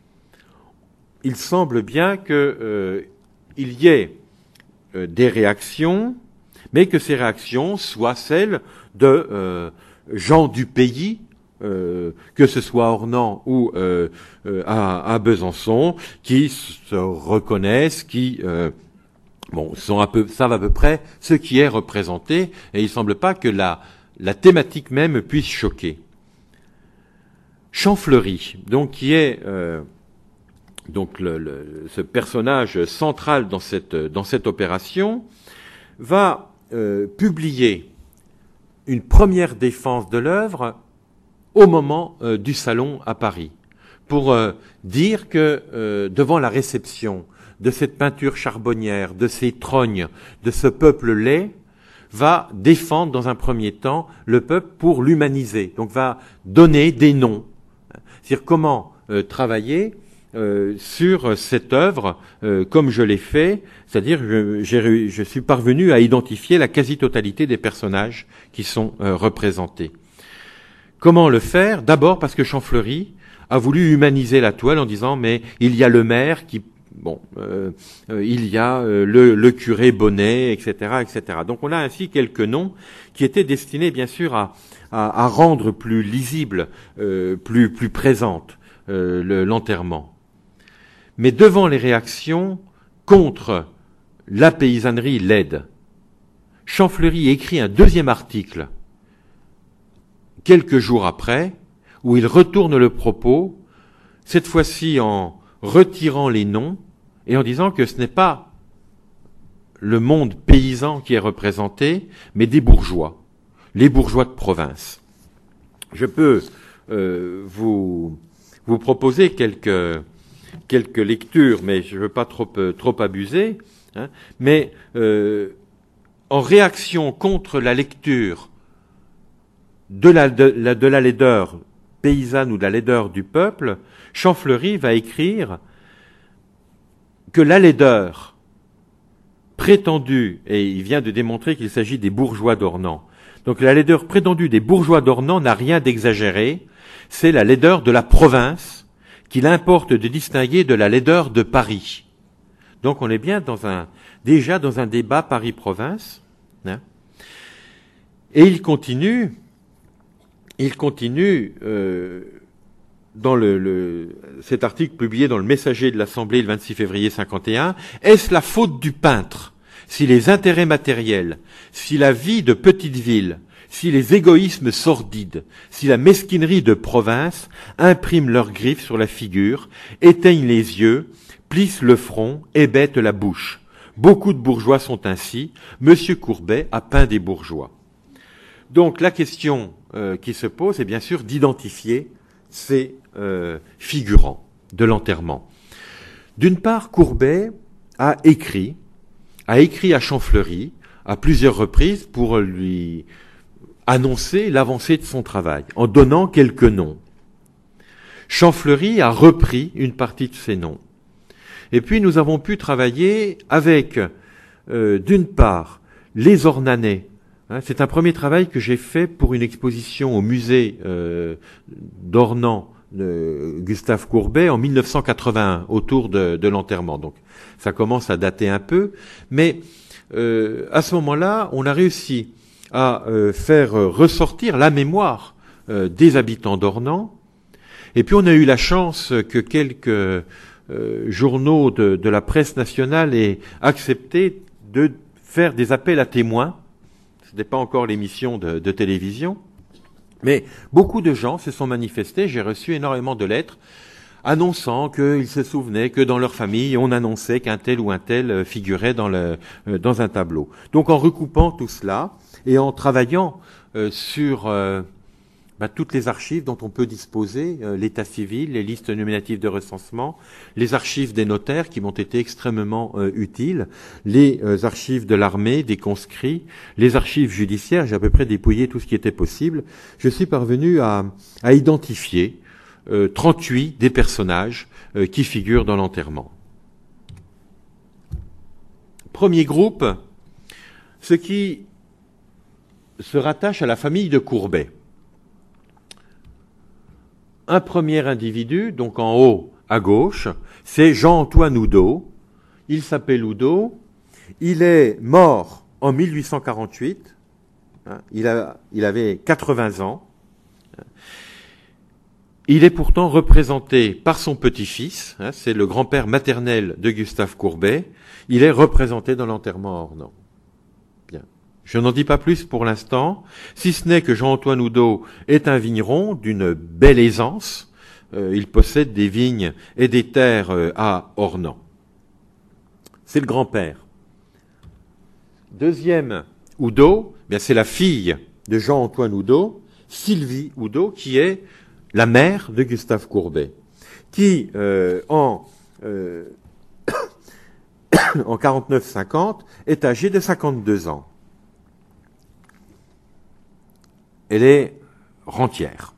Speaker 2: il semble bien qu'il euh, y ait euh, des réactions, mais que ces réactions soient celles de euh, gens du pays, euh, que ce soit à Ornans ou euh, euh, à, à Besançon, qui se reconnaissent, qui euh, bon, sont un peu, savent à peu près ce qui est représenté, et il ne semble pas que la, la thématique même puisse choquer. Champfleury, donc qui est euh, donc le, le, ce personnage central dans cette, dans cette opération, va euh, publier une première défense de l'œuvre au moment euh, du salon à Paris, pour euh, dire que euh, devant la réception de cette peinture charbonnière, de ces trognes, de ce peuple laid, va défendre dans un premier temps le peuple pour l'humaniser, donc va donner des noms. C'est-à-dire comment euh, travailler euh, sur cette œuvre euh, comme je l'ai fait, c'est-à-dire je, j'ai, je suis parvenu à identifier la quasi-totalité des personnages qui sont euh, représentés. Comment le faire? D'abord parce que Champfleury a voulu humaniser la toile en disant mais il y a le maire qui Bon, euh, euh, il y a euh, le, le curé Bonnet, et cetera, et cetera. Donc on a ainsi quelques noms qui étaient destinés bien sûr à, à, à rendre plus lisible, euh, plus, plus présente euh, le, l'enterrement. Mais devant les réactions contre la paysannerie laide, Champfleury écrit un deuxième article quelques jours après, où il retourne le propos, cette fois-ci en retirant les noms, et en disant que ce n'est pas le monde paysan qui est représenté, mais des bourgeois, les bourgeois de province. Je peux euh, vous, vous proposer quelques, quelques lectures, mais je ne veux pas trop, euh, trop abuser, hein, mais euh, en réaction contre la lecture de la, de, la, de la laideur paysanne ou de la laideur du peuple, Champfleury va écrire que la laideur prétendue, et il vient de démontrer qu'il s'agit des bourgeois d'Ornans, donc la laideur prétendue des bourgeois d'Ornans n'a rien d'exagéré, c'est la laideur de la province qu'il importe de distinguer de la laideur de Paris. Donc on est bien dans un, déjà dans un débat Paris-Province, hein. Et il continue, il continue, euh, dans le, le, cet article publié dans le Messager de l'Assemblée le vingt-six février cinquante et un, est-ce la faute du peintre si les intérêts matériels, si la vie de petite ville si les égoïsmes sordides, si la mesquinerie de province impriment leurs griffes sur la figure, éteignent les yeux, plissent le front, hébètent la bouche. Beaucoup de bourgeois sont ainsi. Monsieur Courbet a peint des bourgeois. Donc la question euh, qui se pose est bien sûr d'identifier ces euh, figurants de l'enterrement. D'une part, Courbet a écrit, a écrit à Champfleury à plusieurs reprises pour lui annoncer l'avancée de son travail, en donnant quelques noms. Champfleury a repris une partie de ces noms. Et puis nous avons pu travailler avec, euh, d'une part, les Ornanais. Hein, c'est un premier travail que j'ai fait pour une exposition au musée euh, d'Ornans de Gustave Courbet en mille neuf cent quatre-vingt-un, autour de, de l'enterrement. Donc ça commence à dater un peu, mais euh, à ce moment-là, on a réussi à euh, faire ressortir la mémoire euh, des habitants d'Ornans. Et puis on a eu la chance que quelques euh, journaux de, de la presse nationale aient accepté de faire des appels à témoins. Ce n'est pas encore l'émission de, de télévision, mais beaucoup de gens se sont manifestés. J'ai reçu énormément de lettres annonçant qu'ils se souvenaient que dans leur famille, on annonçait qu'un tel ou un tel figurait dans, le, dans un tableau. Donc en recoupant tout cela et en travaillant euh, sur euh, bah, toutes les archives dont on peut disposer, euh, l'état civil, les listes nominatives de recensement, les archives des notaires qui m'ont été extrêmement euh, utiles, les euh, archives de l'armée, des conscrits, les archives judiciaires, j'ai à peu près dépouillé tout ce qui était possible. Je suis parvenu à, à identifier euh, trente-huit des personnages euh, qui figurent dans l'enterrement. Premier groupe, ce qui se rattache à la famille de Courbet. Un premier individu, donc en haut à gauche, c'est Jean-Antoine Oudot. Il s'appelle Oudot. Il est mort en mille huit cent quarante-huit. Il, a, il avait quatre-vingts ans. Il est pourtant représenté par son petit-fils. Hein, c'est le grand-père maternel de Gustave Courbet. Il est représenté dans l'enterrement à Ornans. Bien. Je n'en dis pas plus pour l'instant, si ce n'est que Jean-Antoine Oudot est un vigneron d'une belle aisance. Euh, il possède des vignes et des terres euh, à Ornans. C'est le grand-père. Deuxième Oudot, bien c'est la fille de Jean-Antoine Oudot, Sylvie Oudot, qui est la mère de Gustave Courbet, qui euh, en euh, en quarante-neuf cinquante est âgée de cinquante-deux ans. Elle est rentière.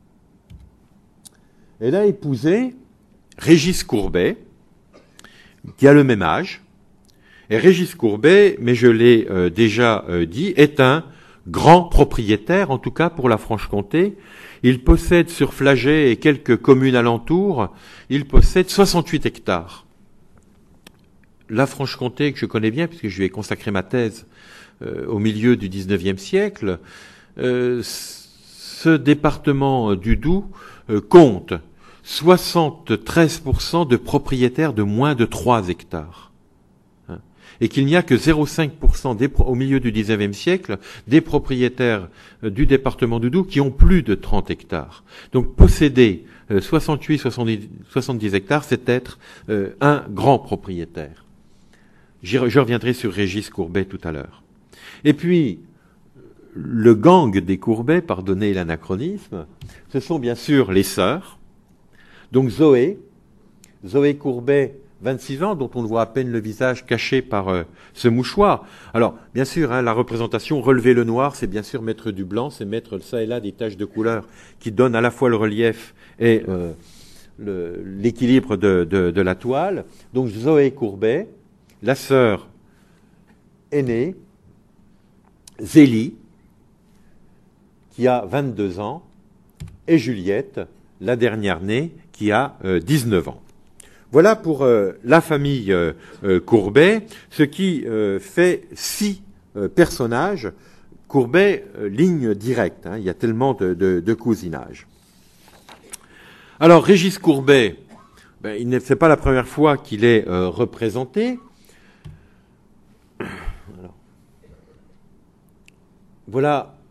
Speaker 2: Elle a épousé Régis Courbet, qui a le même âge. Et Régis Courbet, mais je l'ai euh, déjà euh, dit, est un grand propriétaire, en tout cas pour la Franche-Comté. Il possède sur Flagey et quelques communes alentours, il possède soixante-huit hectares. La Franche-Comté, que je connais bien, puisque je lui ai consacré ma thèse euh, au milieu du dix-neuvième siècle, euh, ce département du Doubs euh, compte soixante-treize pour cent de propriétaires de moins de trois hectares. Et qu'il n'y a que zéro virgule cinq pour cent des, au milieu du dix-neuvième siècle des propriétaires euh, du département du Doubs qui ont plus de trente hectares. Donc posséder euh, soixante-huit soixante-dix, soixante-dix hectares, c'est être euh, un grand propriétaire. J'y, je reviendrai sur Régis Courbet tout à l'heure. Et puis, le gang des Courbet, pardonnez l'anachronisme, ce sont bien sûr les sœurs. Donc Zoé, Zoé Courbet, vingt-six ans, dont on ne voit à peine le visage caché par euh, ce mouchoir. Alors, bien sûr, hein, la représentation, relever le noir, c'est bien sûr mettre du blanc, c'est mettre ça et là des taches de couleur qui donnent à la fois le relief et euh, le, l'équilibre de, de, de la toile. Donc Zoé Courbet, la sœur aînée, Zélie, qui a vingt-deux ans, et Juliette, la dernière née, qui a euh, dix-neuf ans. Voilà pour euh, la famille euh, euh, Courbet, ce qui euh, fait six euh, personnages. Courbet, euh, ligne directe, hein, il y a tellement de, de, de cousinage. Alors, Régis Courbet, ben, il n'est c'est pas la première fois qu'il est euh, représenté. Alors, voilà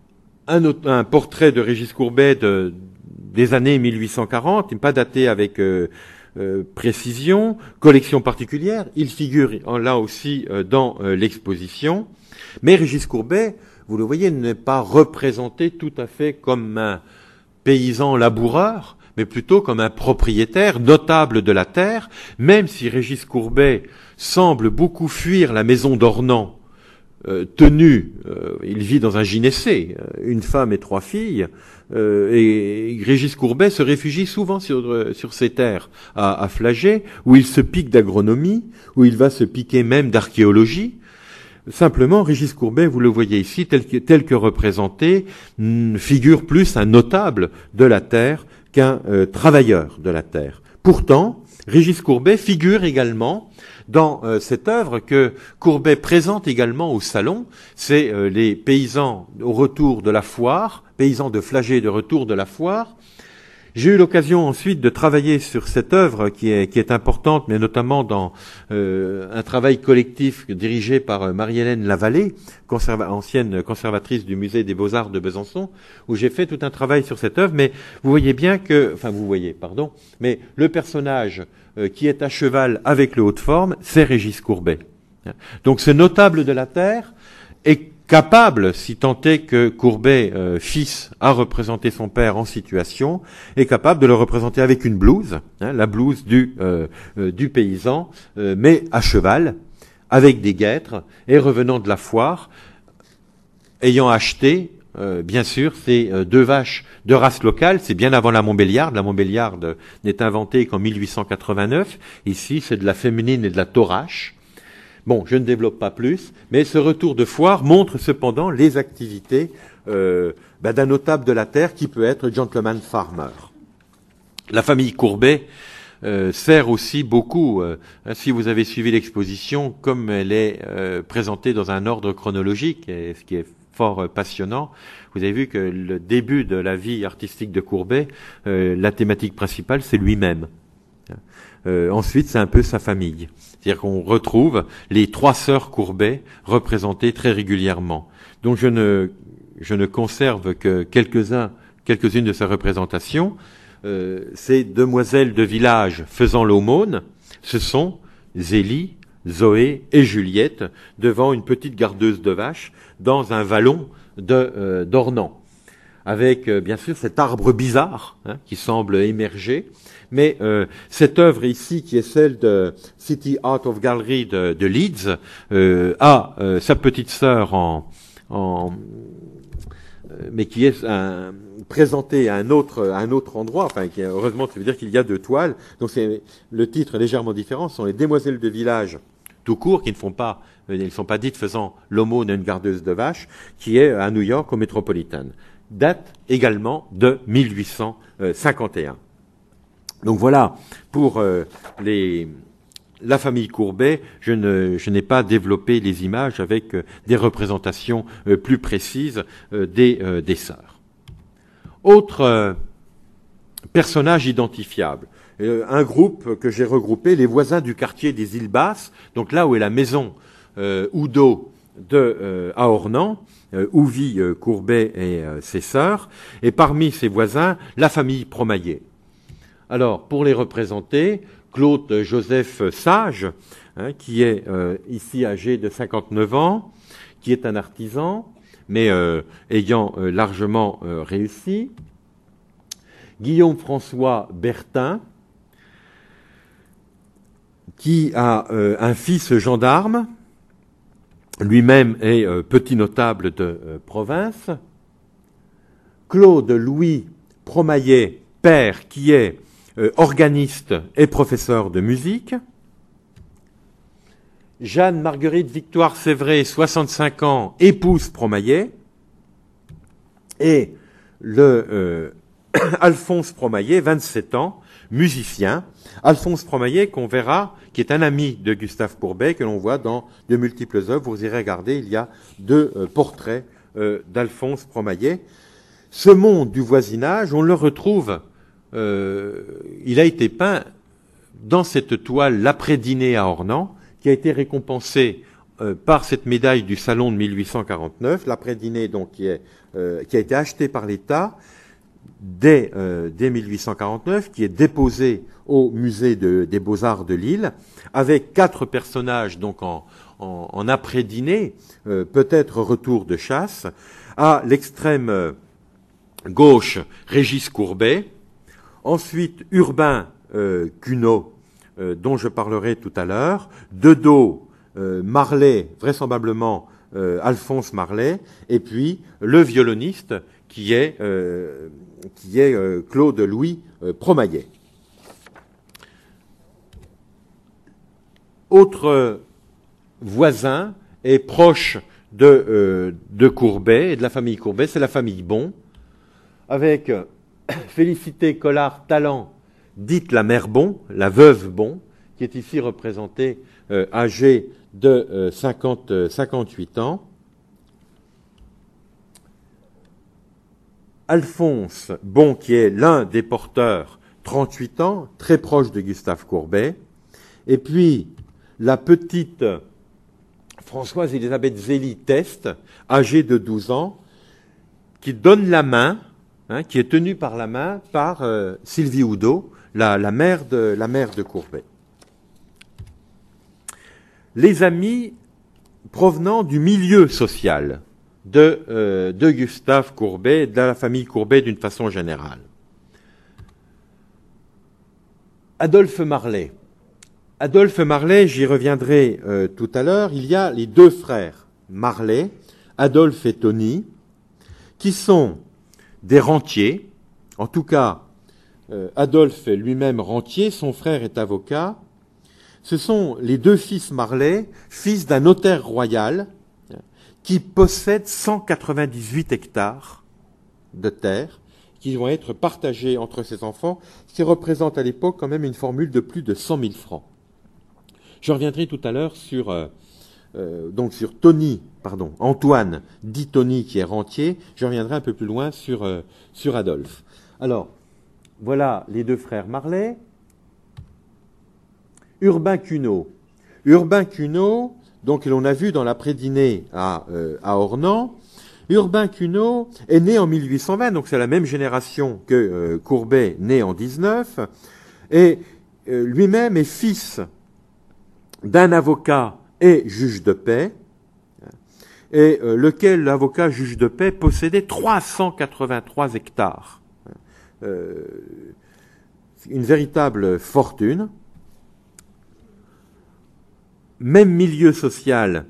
Speaker 2: un, autre, un portrait de Régis Courbet de, des années mille huit cent quarante, pas daté avec euh, euh, précision, collection particulière. Il figure là aussi euh, dans euh, l'exposition. Mais Régis Courbet, vous le voyez, n'est pas représenté tout à fait comme un paysan laboureur, mais plutôt comme un propriétaire notable de la terre, même si Régis Courbet semble beaucoup fuir la maison d'Ornans, euh, tenue, euh, il vit dans un gynécée, une femme et trois filles, euh, et Régis Courbet se réfugie souvent sur, euh, sur ses terres à, à Flagey, où il se pique d'agronomie, où il va se piquer même d'archéologie. Simplement, Régis Courbet, vous le voyez ici, tel que, tel que représenté, figure plus un notable de la terre qu'un euh, travailleur de la terre. Pourtant, Régis Courbet figure également dans euh, cette œuvre que Courbet présente également au salon. C'est euh, les paysans au retour de la foire, paysans de Flagey de retour de la foire. J'ai eu l'occasion ensuite de travailler sur cette œuvre qui est, qui est importante, mais notamment dans euh, un travail collectif dirigé par euh, Marie-Hélène Lavallée, conserva- ancienne conservatrice du musée des Beaux-Arts de Besançon, où j'ai fait tout un travail sur cette œuvre. Mais vous voyez bien que, enfin vous voyez, pardon, mais le personnage euh, qui est à cheval avec le haut de forme, c'est Régis Courbet. Donc ce notable de la terre est capable, si tant est que Courbet, euh, fils, a représenté son père en situation, est capable de le représenter avec une blouse, hein, la blouse du, euh, euh, du paysan, euh, mais à cheval, avec des guêtres, et revenant de la foire, ayant acheté, euh, bien sûr, ces euh, deux vaches de race locale. C'est bien avant la Montbéliarde. La Montbéliarde n'est inventée qu'en mille huit cent quatre-vingt-neuf. Ici, c'est de la féminine et de la taurache. Bon, je ne développe pas plus, mais ce retour de foire montre cependant les activités euh, ben, d'un notable de la terre qui peut être gentleman farmer. La famille Courbet euh, sert aussi beaucoup, euh, si vous avez suivi l'exposition, comme elle est euh, présentée dans un ordre chronologique, et ce qui est fort euh, passionnant. Vous avez vu que le début de la vie artistique de Courbet, euh, la thématique principale, c'est lui-même. Euh, ensuite, c'est un peu sa famille. C'est-à-dire qu'on retrouve les trois sœurs Courbet représentées très régulièrement. Donc je ne, je ne conserve que quelques-uns, quelques-unes de ces représentations. Euh, ces demoiselles de village faisant l'aumône, ce sont Zélie, Zoé et Juliette devant une petite gardeuse de vaches dans un vallon de, euh, d'Ornans. Avec euh, bien sûr cet arbre bizarre hein, qui semble émerger. Mais euh, cette œuvre ici, qui est celle de City Art of Gallery de, de Leeds, euh, a euh, sa petite sœur en, en euh, mais qui est un, présentée à un autre, à un autre endroit. Enfin, qui, heureusement, ça veut dire qu'il y a deux toiles. Donc, c'est le titre est légèrement différent. Ce sont les demoiselles de village tout court, qui ne font pas, euh, ils ne sont pas dites faisant l'aumône à une gardeuse de vaches, qui est à New York au Metropolitan. Date également de mille huit cent cinquante et un. Donc voilà, pour euh, les, la famille Courbet, je, ne, je n'ai pas développé les images avec euh, des représentations euh, plus précises euh, des, euh, des sœurs. Autre euh, personnage identifiable, euh, un groupe que j'ai regroupé, les voisins du quartier des Îles Basses, donc là où est la maison euh, Oudot de euh, à Ornans, euh, où vit euh, Courbet et euh, ses sœurs, et parmi ses voisins, la famille Promaillet. Alors, pour les représenter, Claude Joseph Sage, hein, qui est euh, ici âgé de cinquante-neuf ans, qui est un artisan, mais euh, ayant euh, largement euh, réussi. Guillaume François Bertin, qui a euh, un fils gendarme, lui-même est euh, petit notable de euh, province. Claude Louis Promaillet, père, qui est Euh, organiste et professeur de musique. Jeanne Marguerite Victoire Sévré, soixante-cinq ans, épouse Promaillet. Et le euh, Alphonse Promaillet, vingt-sept ans, musicien. Alphonse Promaillet, qu'on verra, qui est un ami de Gustave Courbet, que l'on voit dans de multiples œuvres. Vous irez regarder, il y a deux euh, portraits euh, d'Alphonse Promaillet. Ce monde du voisinage, on le retrouve. Euh, il a été peint dans cette toile l'après-dîner à Ornans, qui a été récompensée euh, par cette médaille du Salon de mille huit cent quarante-neuf, l'après-dîner donc qui, est, euh, qui a été acheté par l'État dès, euh, dès mille huit cent quarante-neuf, qui est déposé au musée de, des Beaux-Arts de Lille, avec quatre personnages donc en, en, en après-dîner, euh, peut-être retour de chasse. À l'extrême euh, gauche, Régis Courbet. Ensuite, Urbain euh, Cuneau, euh, dont je parlerai tout à l'heure. De dos, euh, Marley, vraisemblablement euh, Alphonse Marley. Et puis, le violoniste, qui est, euh, qui est euh, Claude-Louis euh, Promaillet. Autre voisin et proche de, euh, de Courbet et de la famille Courbet, c'est la famille Bon, avec euh, Félicité Collard-Talent, dite la mère Bon, la veuve Bon, qui est ici représentée euh, âgée de euh, cinquante, cinquante-huit ans. Alphonse Bon, qui est l'un des porteurs, trente-huit ans, très proche de Gustave Courbet. Et puis, la petite Françoise-Élisabeth Zélie-Teste, âgée de douze ans, qui donne la main, hein, qui est tenue par la main par euh, Sylvie Oudot, la, la, mère de, la mère de Courbet. Les amis provenant du milieu social de, euh, de Gustave Courbet, de la famille Courbet d'une façon générale. Adolphe Marley. Adolphe Marley, j'y reviendrai euh, tout à l'heure. Il y a les deux frères Marley, Adolphe et Tony, qui sont des rentiers. En tout cas, euh, Adolphe est lui-même rentier, son frère est avocat. Ce sont les deux fils Marley, fils d'un notaire royal, qui possède cent quatre-vingt-dix-huit hectares de terre, qui vont être partagés entre ses enfants, ce qui représente à l'époque quand même une formule de plus de cent mille francs. Je reviendrai tout à l'heure sur, euh, euh, donc sur Tony, pardon, Antoine, dit Tony, qui est rentier. Je reviendrai un peu plus loin sur, euh, sur Adolphe. Alors, voilà les deux frères Marley. Urbain Cuneau. Urbain Cuneau, donc l'on a vu dans l'après-dîner à, euh, à Ornans. Urbain Cuneau est né en mille huit cent vingt, donc c'est la même génération que euh, Courbet, né en dix-neuf, et euh, lui-même est fils d'un avocat et juge de paix, et euh, lequel l'avocat juge de paix possédait trois cent quatre-vingt-trois hectares. Euh, une véritable fortune. Même milieu social,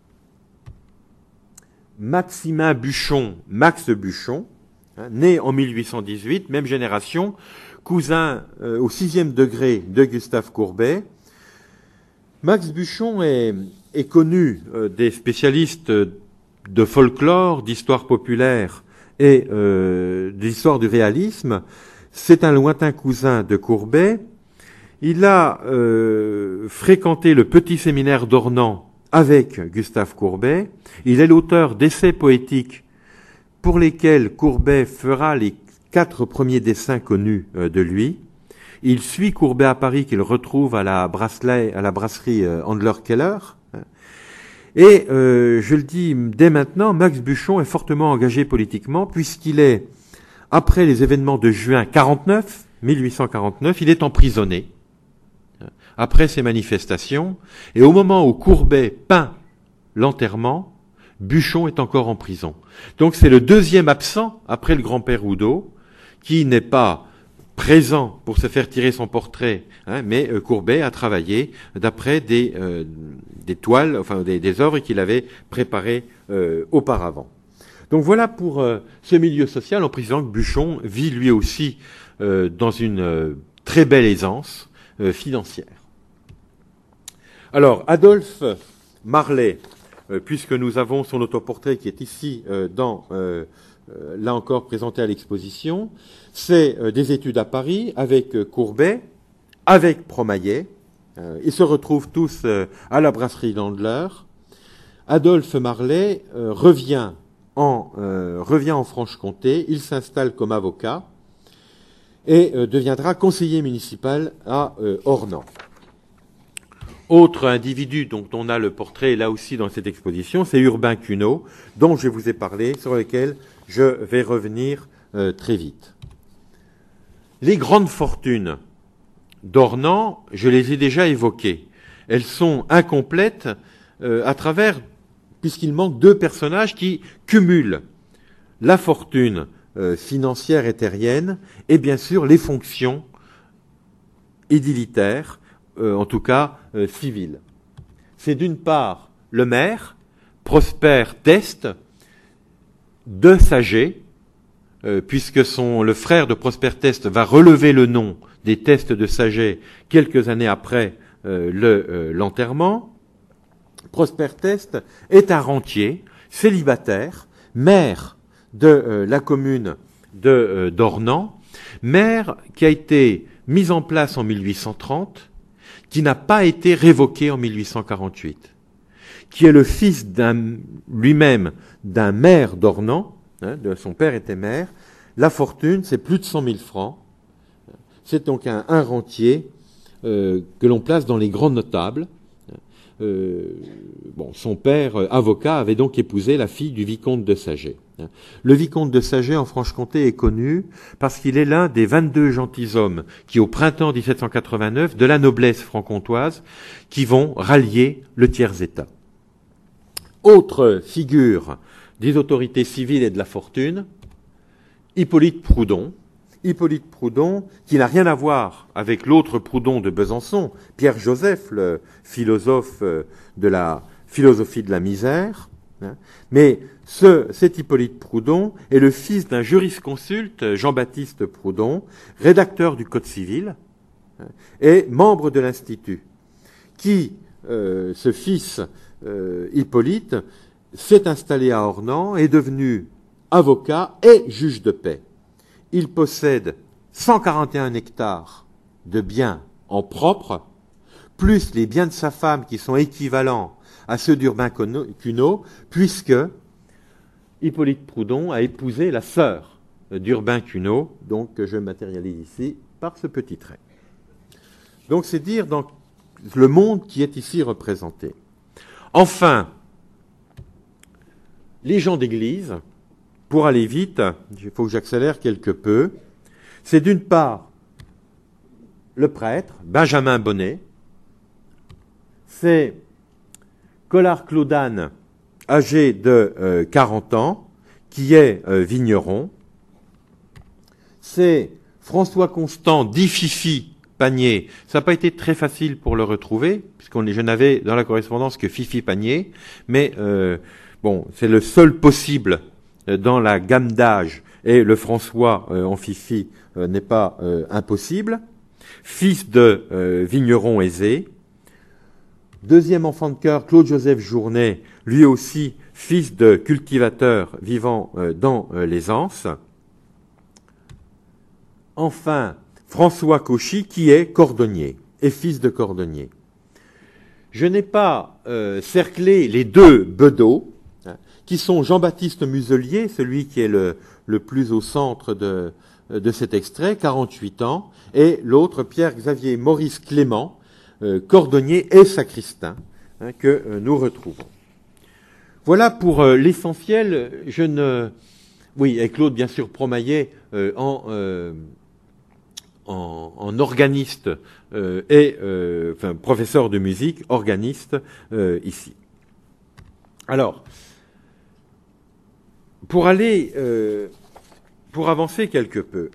Speaker 2: Maximin Buchon, Max Buchon, hein, né en mille huit cent dix-huit, même génération, cousin euh, au sixième degré de Gustave Courbet. Max Buchon est, est connu euh, des spécialistes de folklore, d'histoire populaire et euh, d'histoire du réalisme. C'est un lointain cousin de Courbet. Il a euh, fréquenté le petit séminaire d'Ornans avec Gustave Courbet. Il est l'auteur d'essais poétiques pour lesquels Courbet fera les quatre premiers dessins connus euh, de lui. Il suit Courbet à Paris, qu'il retrouve à la, à la brasserie euh, Andler-Keller. Et euh, je le dis dès maintenant, Max Buchon est fortement engagé politiquement, puisqu'il est, après les événements de juin quarante-neuf, mille huit cent quarante-neuf, il est emprisonné après ces manifestations, et au moment où Courbet peint l'enterrement, Buchon est encore en prison. Donc c'est le deuxième absent, après le grand-père Oudot, qui n'est pas présent pour se faire tirer son portrait, hein, mais euh, Courbet a travaillé d'après des, euh, des toiles, enfin des, des œuvres qu'il avait préparées euh, auparavant. Donc voilà pour euh, ce milieu social, en précisant que Buchon vit lui aussi euh, dans une euh, très belle aisance euh, financière. Alors, Adolphe Marley, euh, puisque nous avons son autoportrait qui est ici, euh, dans, euh, euh, là encore présenté à l'exposition, c'est euh, des études à Paris avec euh, Courbet, avec Promaillet. Euh, ils se retrouvent tous euh, à la brasserie Landler. Adolphe Marley euh, revient, en, euh, revient en Franche-Comté, il s'installe comme avocat et euh, deviendra conseiller municipal à euh, Ornans. Autre individu dont on a le portrait là aussi dans cette exposition, c'est Urbain Cunot, dont je vous ai parlé, sur lequel je vais revenir euh, très vite. Les grandes fortunes d'Ornans, je les ai déjà évoquées. Elles sont incomplètes euh, à travers, puisqu'il manque deux personnages qui cumulent la fortune euh, financière et terrienne et bien sûr les fonctions édilitaires, euh, en tout cas euh, civiles. C'est d'une part le maire, Prosper Teste, de Saget, euh, puisque son, le frère de Prosper Teste va relever le nom des Testes de Saget quelques années après euh, le, euh, l'enterrement. Prosper Teste est un rentier, célibataire, maire de euh, la commune de euh, d'Ornans, maire qui a été mise en place en mille huit cent trente, qui n'a pas été révoquée en mille huit cent quarante-huit, qui est le fils d'un, lui-même d'un maire d'Ornans, hein, de, son père était maire. La fortune, c'est plus de cent mille francs. C'est donc un, un rentier euh, que l'on place dans les grands notables. Euh, bon, son père, euh, avocat, avait donc épousé la fille du vicomte de Saget. Le vicomte de Saget en Franche-Comté est connu parce qu'il est l'un des vingt-deux gentilshommes qui, au printemps dix-sept cent quatre-vingt-neuf, de la noblesse franc-comtoise, qui vont rallier le tiers-état. Autre figure des autorités civiles et de la fortune, Hippolyte Proudhon. Hippolyte Proudhon, qui n'a rien à voir avec l'autre Proudhon de Besançon, Pierre-Joseph, le philosophe de la philosophie de la misère. Mais ce, cet Hippolyte Proudhon est le fils d'un jurisconsulte, Jean-Baptiste Proudhon, rédacteur du Code civil et membre de l'Institut, qui, euh, ce fils euh, Hippolyte, s'est installé à Ornans, est devenu avocat et juge de paix. Il possède cent quarante et un hectares de biens en propre, plus les biens de sa femme qui sont équivalents à ceux d'Urbain Cunot, puisque Hippolyte Proudhon a épousé la sœur d'Urbain Cunot, donc que je matérialise ici par ce petit trait. Donc c'est dire dans le monde qui est ici représenté. Enfin, les gens d'église, pour aller vite, il faut que j'accélère quelque peu, c'est d'une part le prêtre, Benjamin Bonnet, c'est Collard Claudane, âgé de euh, quarante ans, qui est euh, vigneron, c'est François Constant, dit Fifi Panier. Ça n'a pas été très facile pour le retrouver, puisqu'on je n'avais dans la correspondance que Fifi Panier, mais euh, bon, c'est le seul possible dans la gamme d'âge, et le François euh, en Fifi euh, n'est pas euh, impossible. Fils de euh, vigneron aisé. Deuxième enfant de cœur, Claude-Joseph Journet, lui aussi fils de cultivateur vivant euh, dans euh, les Anses. Enfin, François Cauchy, qui est cordonnier, et fils de cordonnier. Je n'ai pas euh, cerclé les deux Bedeau, hein, qui sont Jean-Baptiste Muselier, celui qui est le, le plus au centre de, de cet extrait, quarante-huit ans, et l'autre Pierre-Xavier Maurice Clément, euh, cordonnier et sacristain, hein, que euh, nous retrouvons. Voilà pour euh, l'essentiel. Je ne... Oui, et Claude, bien sûr, Promaillet, euh, en... Euh, En, en organiste euh, et euh, enfin, professeur de musique, organiste euh, ici. Alors, pour aller, euh, pour avancer quelque peu,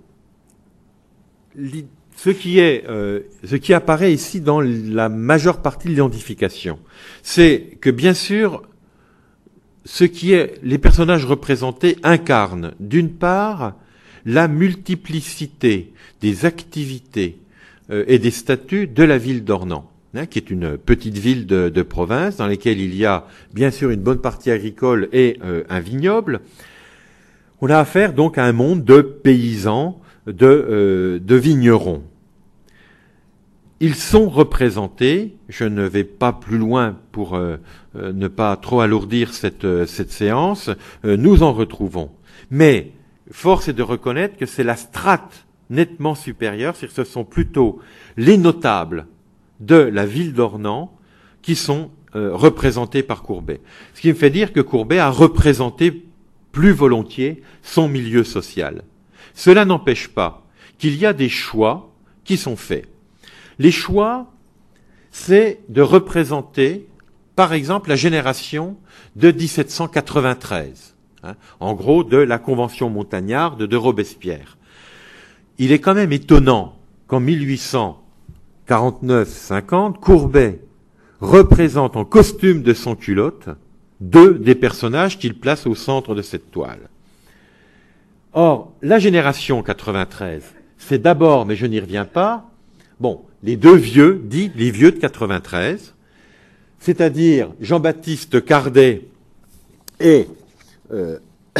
Speaker 2: ce qui est, euh, ce qui apparaît ici dans la majeure partie de l'identification, c'est que bien sûr, ce qui est, les personnages représentés incarnent d'une part la multiplicité des activités euh, et des statuts de la ville d'Ornans, hein, qui est une petite ville de, de province dans laquelle il y a bien sûr une bonne partie agricole et euh, un vignoble. On a affaire donc à un monde de paysans, de, euh, de vignerons. Ils sont représentés, je ne vais pas plus loin pour euh, euh, ne pas trop alourdir cette, euh, cette séance, euh, nous en retrouvons. Mais force est de reconnaître que c'est la strate nettement supérieure, c'est-à-dire que ce sont plutôt les notables de la ville d'Ornans qui sont euh, représentés par Courbet. Ce qui me fait dire que Courbet a représenté plus volontiers son milieu social. Cela n'empêche pas qu'il y a des choix qui sont faits. Les choix, c'est de représenter, par exemple, la génération de dix-sept cent quatre-vingt-treize, hein, en gros de la Convention montagnarde de Robespierre. Il est quand même étonnant qu'en mille huit cent quarante-neuf cinquante, Courbet représente en costume de sans culotte deux des personnages qu'il place au centre de cette toile. Or, la génération quatre-vingt-treize, c'est d'abord, mais je n'y reviens pas, bon, les deux vieux, dits les vieux de quatre-vingt-treize, c'est-à-dire Jean-Baptiste Cardet et euh,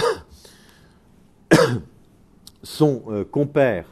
Speaker 2: son euh, compère,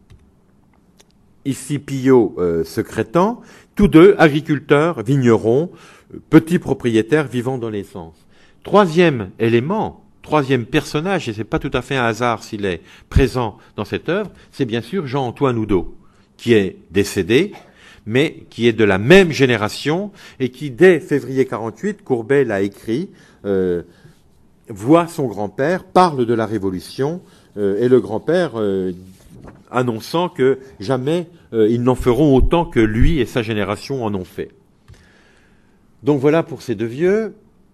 Speaker 2: ici Pillot euh, Secrétan, tous deux agriculteurs, vignerons, euh, petits propriétaires vivant dans l'essence. Troisième élément, troisième personnage, et c'est pas tout à fait un hasard s'il est présent dans cette œuvre, c'est bien sûr Jean-Antoine Oudot, qui est décédé, mais qui est de la même génération et qui, dès février quarante-huit, Courbet l'a écrit, euh, voit son grand-père, parle de la Révolution, euh, et le grand-père euh, annonçant que jamais euh, ils n'en feront autant que lui et sa génération en ont fait. Donc voilà pour ces deux vieux.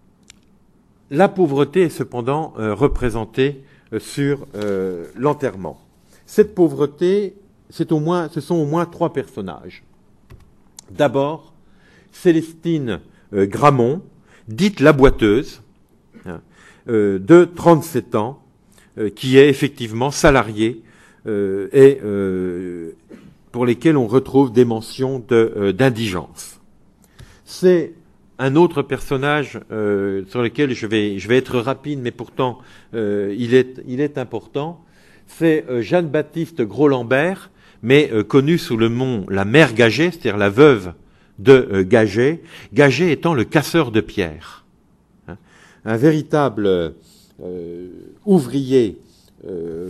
Speaker 2: La pauvreté est cependant euh, représentée euh, sur euh, l'enterrement. Cette pauvreté, c'est au moins, ce sont au moins trois personnages. D'abord, Célestine euh, Gramont, dite la boiteuse, hein, euh, de trente-sept ans, euh, qui est effectivement salariée euh, et euh, pour lesquels on retrouve des mentions de, euh, d'indigence. C'est un autre personnage euh, sur lequel je vais, je vais être rapide, mais pourtant euh, il est, il est important. C'est euh, Jeanne-Baptiste Gros-Lambert, mais euh, connue sous le nom la mère Gaget, c'est-à-dire la veuve de euh, Gaget, Gaget étant le casseur de pierres. Hein, un véritable euh, ouvrier euh,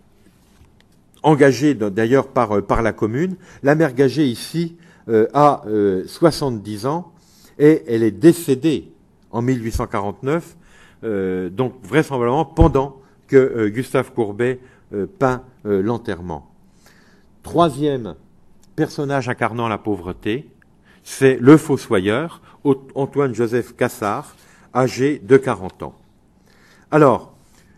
Speaker 2: engagé d'ailleurs par, euh, par la commune. La mère Gaget ici euh, a euh, soixante-dix ans et elle est décédée en mille huit cent quarante-neuf, euh, donc vraisemblablement pendant que euh, Gustave Courbet euh, peint euh, l'enterrement. Troisième personnage incarnant la pauvreté, c'est le fossoyeur, Antoine-Joseph Cassard, âgé de quarante ans. Alors,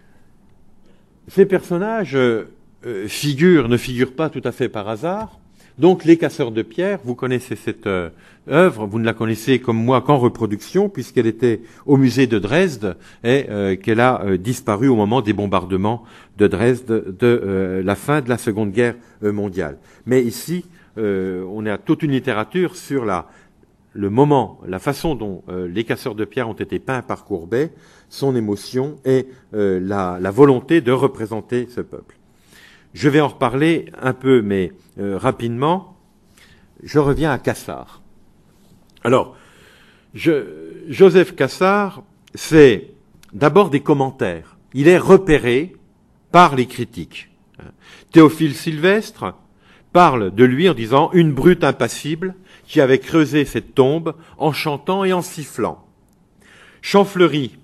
Speaker 2: ces personnages euh, figurent, ne figurent pas tout à fait par hasard. Donc, les casseurs de pierre, vous connaissez cette euh, œuvre, vous ne la connaissez comme moi qu'en reproduction, puisqu'elle était au musée de Dresde et euh, qu'elle a euh, disparu au moment des bombardements de Dresde de euh, la fin de la Seconde Guerre mondiale. Mais ici, euh, on a toute une littérature sur la, le moment, la façon dont euh, les casseurs de pierre ont été peints par Courbet, son émotion et euh, la, la volonté de représenter ce peuple. Je vais en reparler un peu, mais euh, rapidement. Je reviens à Cassard. Alors, je, Joseph Cassard, c'est d'abord des commentaires. Il est repéré par les critiques. Théophile Sylvestre parle de lui en disant « une brute impassible qui avait creusé cette tombe en chantant et en sifflant ». Champfleury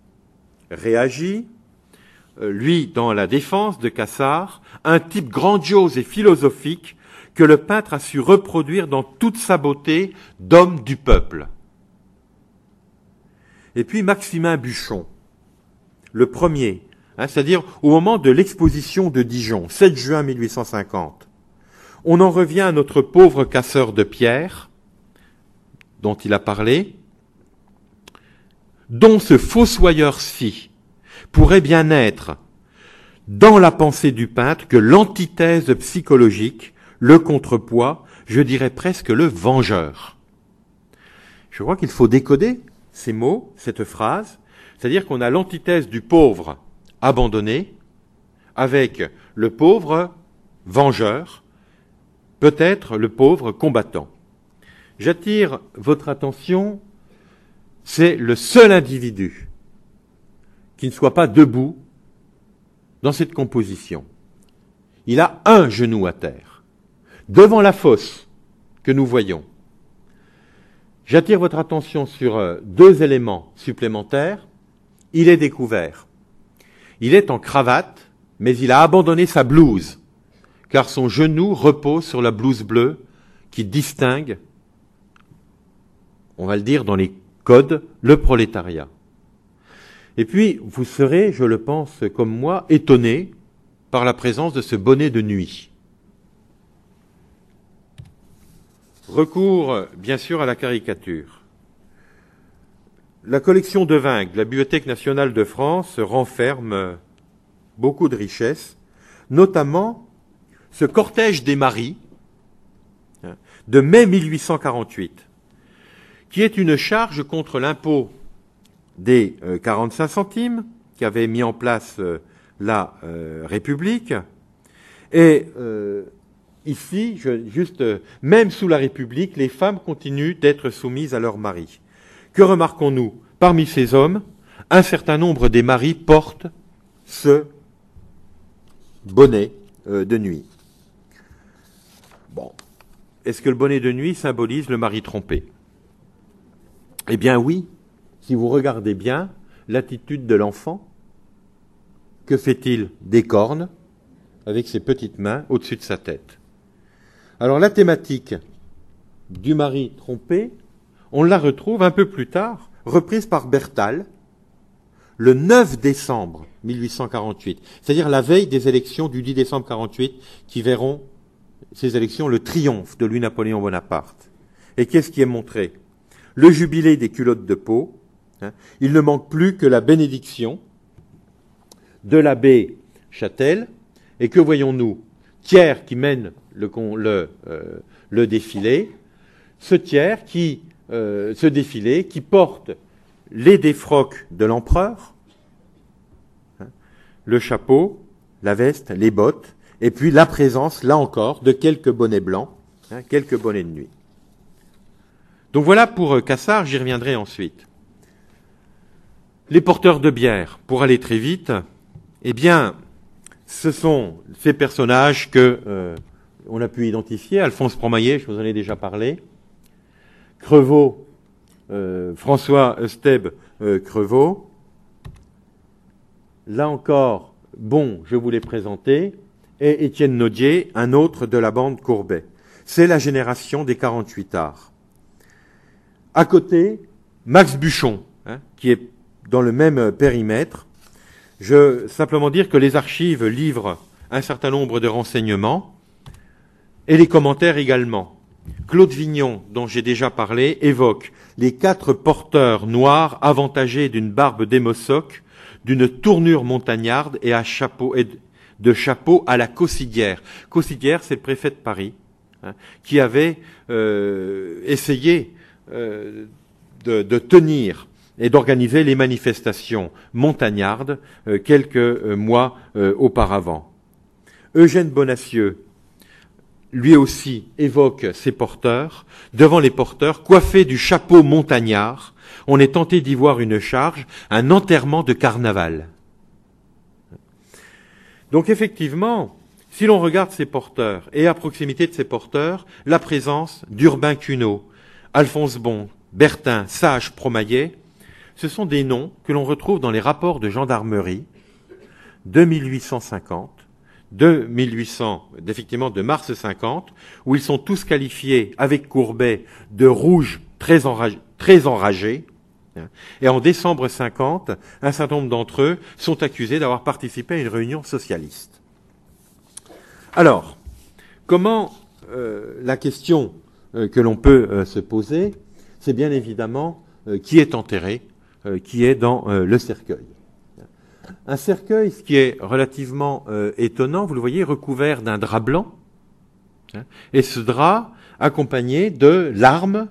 Speaker 2: réagit, lui, dans la défense de Cassard, un type grandiose et philosophique que le peintre a su reproduire dans toute sa beauté d'homme du peuple. Et puis Maximin Buchon, le premier, hein, c'est-à-dire au moment de l'exposition de Dijon, sept juin mille huit cent cinquante. On en revient à notre pauvre casseur de pierre, dont il a parlé, dont ce fossoyeur-ci pourrait bien être, dans la pensée du peintre, que l'antithèse psychologique, le contrepoids, je dirais presque le vengeur. Je crois qu'il faut décoder ces mots, cette phrase, c'est-à-dire qu'on a l'antithèse du pauvre abandonné avec le pauvre vengeur, peut-être le pauvre combattant. J'attire votre attention, c'est le seul individu qui ne soit pas debout dans cette composition. Il a un genou à terre, devant la fosse que nous voyons. J'attire votre attention sur euh, deux éléments supplémentaires. Il est découvert. Il est en cravate, mais il a abandonné sa blouse, car son genou repose sur la blouse bleue qui distingue, on va le dire dans les codes, le prolétariat. Et puis, vous serez, je le pense, comme moi, étonné par la présence de ce bonnet de nuit. Recours, bien sûr, à la caricature. La collection de Vingt de la Bibliothèque nationale de France renferme beaucoup de richesses, notamment ce cortège des maris de mai mille huit cent quarante-huit, qui est une charge contre l'impôt des euh, quarante-cinq centimes qu'avait mis en place euh, la euh, République. Et euh, ici, je, juste, euh, même sous la République, les femmes continuent d'être soumises à leurs maris. Que remarquons-nous? Parmi ces hommes, un certain nombre des maris portent ce bonnet euh, de nuit. Bon, est-ce que le bonnet de nuit symbolise le mari trompé? Eh bien oui. Si vous regardez bien l'attitude de l'enfant, que fait-il? Des cornes avec ses petites mains au-dessus de sa tête. Alors la thématique du mari trompé, on la retrouve un peu plus tard, reprise par Bertal, le neuf décembre mille huit cent quarante-huit, c'est-à-dire la veille des élections du dix décembre quarante-huit, qui verront ces élections le triomphe de Louis-Napoléon Bonaparte. Et qu'est-ce qui est montré? Le jubilé des culottes de peau. Il ne manque plus que la bénédiction de l'abbé Châtel. Et que voyons-nous? Thiers qui mène le, le, euh, le défilé. Ce Thiers qui, euh, ce défilé qui porte les défroques de l'empereur, hein, le chapeau, la veste, les bottes, et puis la présence, là encore, de quelques bonnets blancs, hein, quelques bonnets de nuit. Donc voilà pour Cassard, j'y reviendrai ensuite. Les porteurs de bière, pour aller très vite, eh bien, ce sont ces personnages que euh, on a pu identifier. Alphonse Promaillet, je vous en ai déjà parlé. Crevaux, euh, François Eustèbe euh, Crevaux. Là encore, Bon, je vous l'ai présenté, et Étienne Naudier, un autre de la bande Courbet. C'est la génération des quarante-huit arts. À côté, Max Buchon, hein, qui est dans le même périmètre. Je simplement dire que les archives livrent un certain nombre de renseignements et les commentaires également. Claude Vignon, dont j'ai déjà parlé, évoque les quatre porteurs noirs avantagés d'une barbe d'émossoc, d'une tournure montagnarde et, à chapeau, et de chapeau à la Caussidière. Caussidière, c'est le préfet de Paris, hein, qui avait euh, essayé euh, de, de tenir et d'organiser les manifestations montagnardes euh, quelques euh, mois euh, auparavant. Eugène Bonacieux, lui aussi, évoque ses porteurs. Devant les porteurs, coiffés du chapeau montagnard, on est tenté d'y voir une charge, un enterrement de carnaval. Donc effectivement, si l'on regarde ces porteurs, et à proximité de ces porteurs, la présence d'Urbain Cunot, Alphonse Bon, Bertin, Sage, Promaillet, ce sont des noms que l'on retrouve dans les rapports de gendarmerie de mille huit cent cinquante, de mille huit cents, effectivement de mars cinquante, où ils sont tous qualifiés, avec Courbet, de rouges très, enragés, très enragés. Et en décembre cinquante, un certain nombre d'entre eux sont accusés d'avoir participé à une réunion socialiste. Alors, comment euh, la question euh, que l'on peut euh, se poser, c'est bien évidemment euh, qui est enterré, euh, qui est dans euh, le cercueil. Un cercueil, ce qui est relativement euh, étonnant, vous le voyez, recouvert d'un drap blanc, hein, et ce drap accompagné de l'arme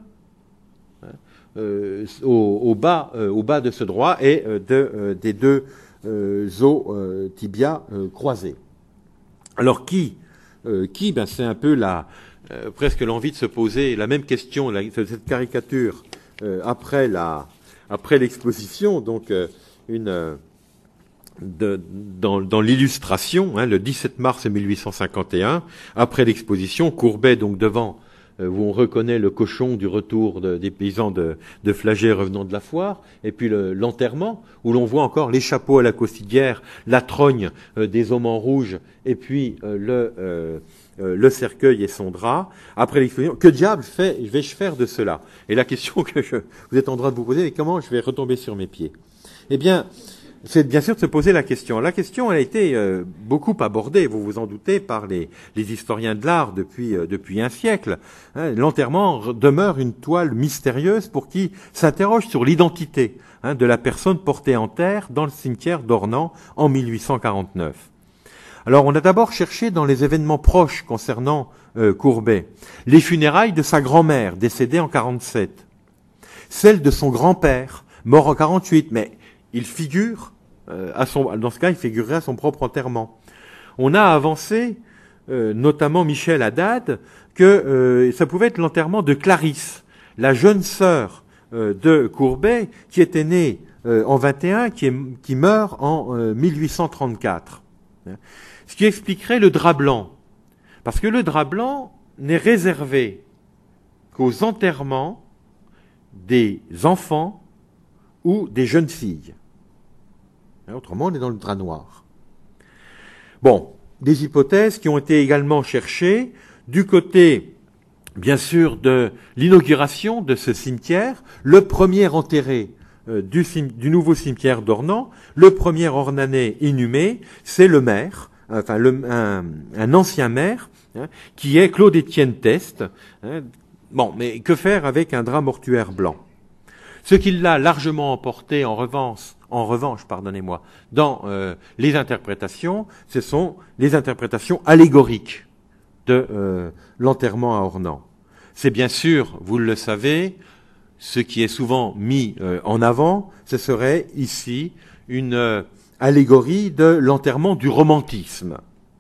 Speaker 2: euh, au, au, bas, euh, au bas de ce drap et euh, de, euh, des deux euh, os euh, tibias euh, croisés. Alors qui, euh, qui ben, c'est un peu la, euh, presque l'envie de se poser la même question, la, cette caricature euh, après la, après l'exposition, donc euh, une euh, De, dans, dans l'illustration, hein, le dix-sept mars mille huit cent cinquante et un, après l'exposition, Courbet donc devant euh, où on reconnaît le cochon du retour de, des paysans de, de Flagey revenant de la foire, et puis le, l'enterrement, où l'on voit encore les chapeaux à la costiguière, la trogne euh, des hommes en rouge, et puis euh, le, euh, euh, le cercueil et son drap. Après l'exposition, que diable fait, vais-je faire de cela? Et la question que je, vous êtes en droit de vous poser, est comment je vais retomber sur mes pieds? Eh bien, c'est bien sûr de se poser la question. La question elle a été euh, beaucoup abordée, vous vous en doutez, par les, les historiens de l'art depuis, euh, depuis un siècle. Hein, l'enterrement demeure une toile mystérieuse pour qui s'interroge sur l'identité hein, de la personne portée en terre dans le cimetière d'Ornans en mille huit cent quarante-neuf. Alors on a d'abord cherché dans les événements proches concernant euh, Courbet les funérailles de sa grand-mère décédée en quarante-sept, celles de son grand-père mort en quarante-huit, mais il figure Euh, à son, dans ce cas, il figurerait à son propre enterrement. On a avancé, euh, notamment Michel Haddad, que euh, ça pouvait être l'enterrement de Clarisse, la jeune sœur euh, de Courbet, qui était née euh, en vingt et un, qui, est, qui meurt en euh, mille huit cent trente-quatre. Ce qui expliquerait le drap blanc. Parce que le drap blanc n'est réservé qu'aux enterrements des enfants ou des jeunes filles. Autrement, on est dans le drap noir. Bon, des hypothèses qui ont été également cherchées du côté, bien sûr, de l'inauguration de ce cimetière, le premier enterré euh, du, du nouveau cimetière d'Ornans, le premier Ornanais inhumé, c'est le maire, enfin le, un, un ancien maire, hein, qui est Claude-Étienne Teste. Hein. Bon, mais que faire avec un drap mortuaire blanc? Ce qui l'a largement emporté, en revanche, en revanche, pardonnez-moi, dans euh, les interprétations, ce sont les interprétations allégoriques de euh, l'enterrement à Ornans. C'est bien sûr, vous le savez, ce qui est souvent mis euh, en avant, ce serait ici une euh, allégorie de l'enterrement du romantisme.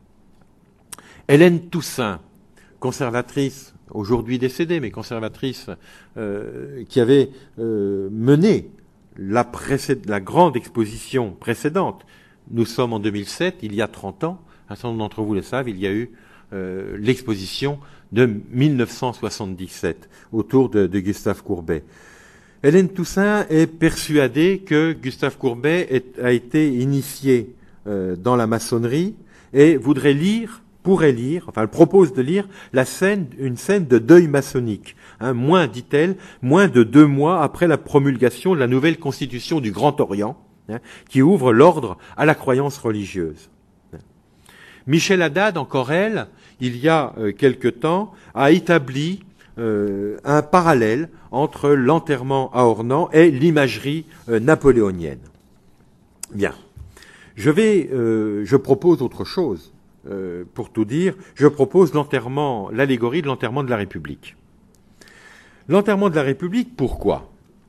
Speaker 2: Hélène Toussaint, conservatrice, aujourd'hui décédée, mais conservatrice, euh, qui avait euh, mené la, précéd- la grande exposition précédente. Nous sommes en deux mille sept, il y a trente ans, un certain nombre d'entre vous le savent, il y a eu euh, l'exposition de mille neuf cent soixante-dix-sept autour de, de Gustave Courbet. Hélène Toussaint est persuadée que Gustave Courbet est, a été initié euh, dans la maçonnerie et voudrait lire, pourrait lire, enfin elle propose de lire la scène, une scène de deuil maçonnique, hein, moins, dit-elle, moins de deux mois après la promulgation de la nouvelle constitution du Grand Orient, hein, qui ouvre l'ordre à la croyance religieuse. Michel Haddad, encore elle, il y a euh, quelque temps, a établi euh, un parallèle entre l'enterrement à Ornans et l'imagerie euh, napoléonienne. Bien. Je vais, euh, je propose autre chose. Euh, pour tout dire, je propose l'enterrement, l'allégorie de l'enterrement de la République. L'enterrement de la République, pourquoi?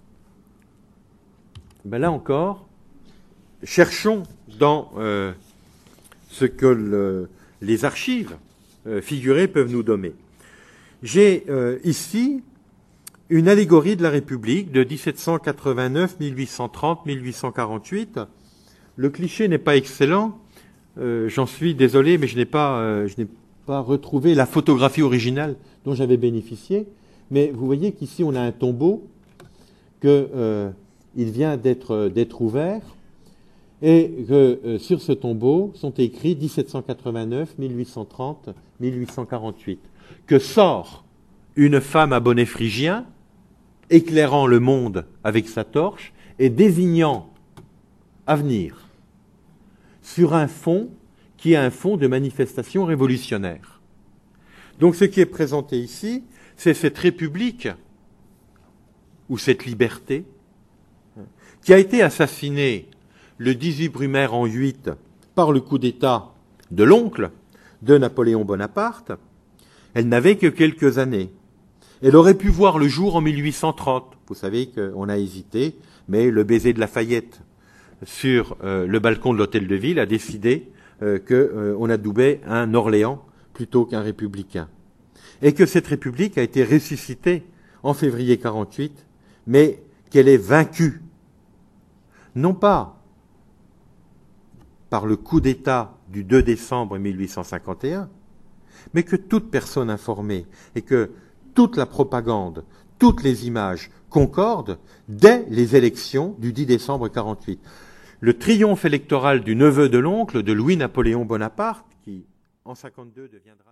Speaker 2: Ben là encore, cherchons dans euh, ce que le, les archives euh, figurées peuvent nous donner. J'ai euh, ici une allégorie de la République de dix-sept cent quatre-vingt-neuf, mille huit cent trente, mille huit cent quarante-huit. Le cliché n'est pas excellent. Euh, j'en suis désolé, mais je n'ai pas, euh, je n'ai pas retrouvé la photographie originale dont j'avais bénéficié. Mais vous voyez qu'ici on a un tombeau, que euh, il vient d'être d'être ouvert, et que euh, sur ce tombeau sont écrits dix-sept cent quatre-vingt-neuf, mille huit cent trente, mille huit cent quarante-huit. Que sort une femme à bonnet phrygien, éclairant le monde avec sa torche et désignant avenir, sur un fond qui est un fond de manifestation révolutionnaire. Donc ce qui est présenté ici, c'est cette république, ou cette liberté, qui a été assassinée le dix-huit Brumaire en huit par le coup d'État de l'oncle de Napoléon Bonaparte. Elle n'avait que quelques années. Elle aurait pu voir le jour en mille huit cent trente. Vous savez qu'on a hésité, mais le baiser de Lafayette sur euh, le balcon de l'hôtel de ville a décidé euh, qu'on euh, adoubait un Orléans plutôt qu'un républicain. Et que cette république a été ressuscitée en février quarante-huit, mais qu'elle est vaincue. Non pas par le coup d'État du deux décembre mille huit cent cinquante et un, mais que toute personne informée, et que toute la propagande, toutes les images concordent dès les élections du dix décembre quarante-huit. Le triomphe électoral du neveu de l'oncle de Louis-Napoléon Bonaparte, qui en cinquante-deux deviendra...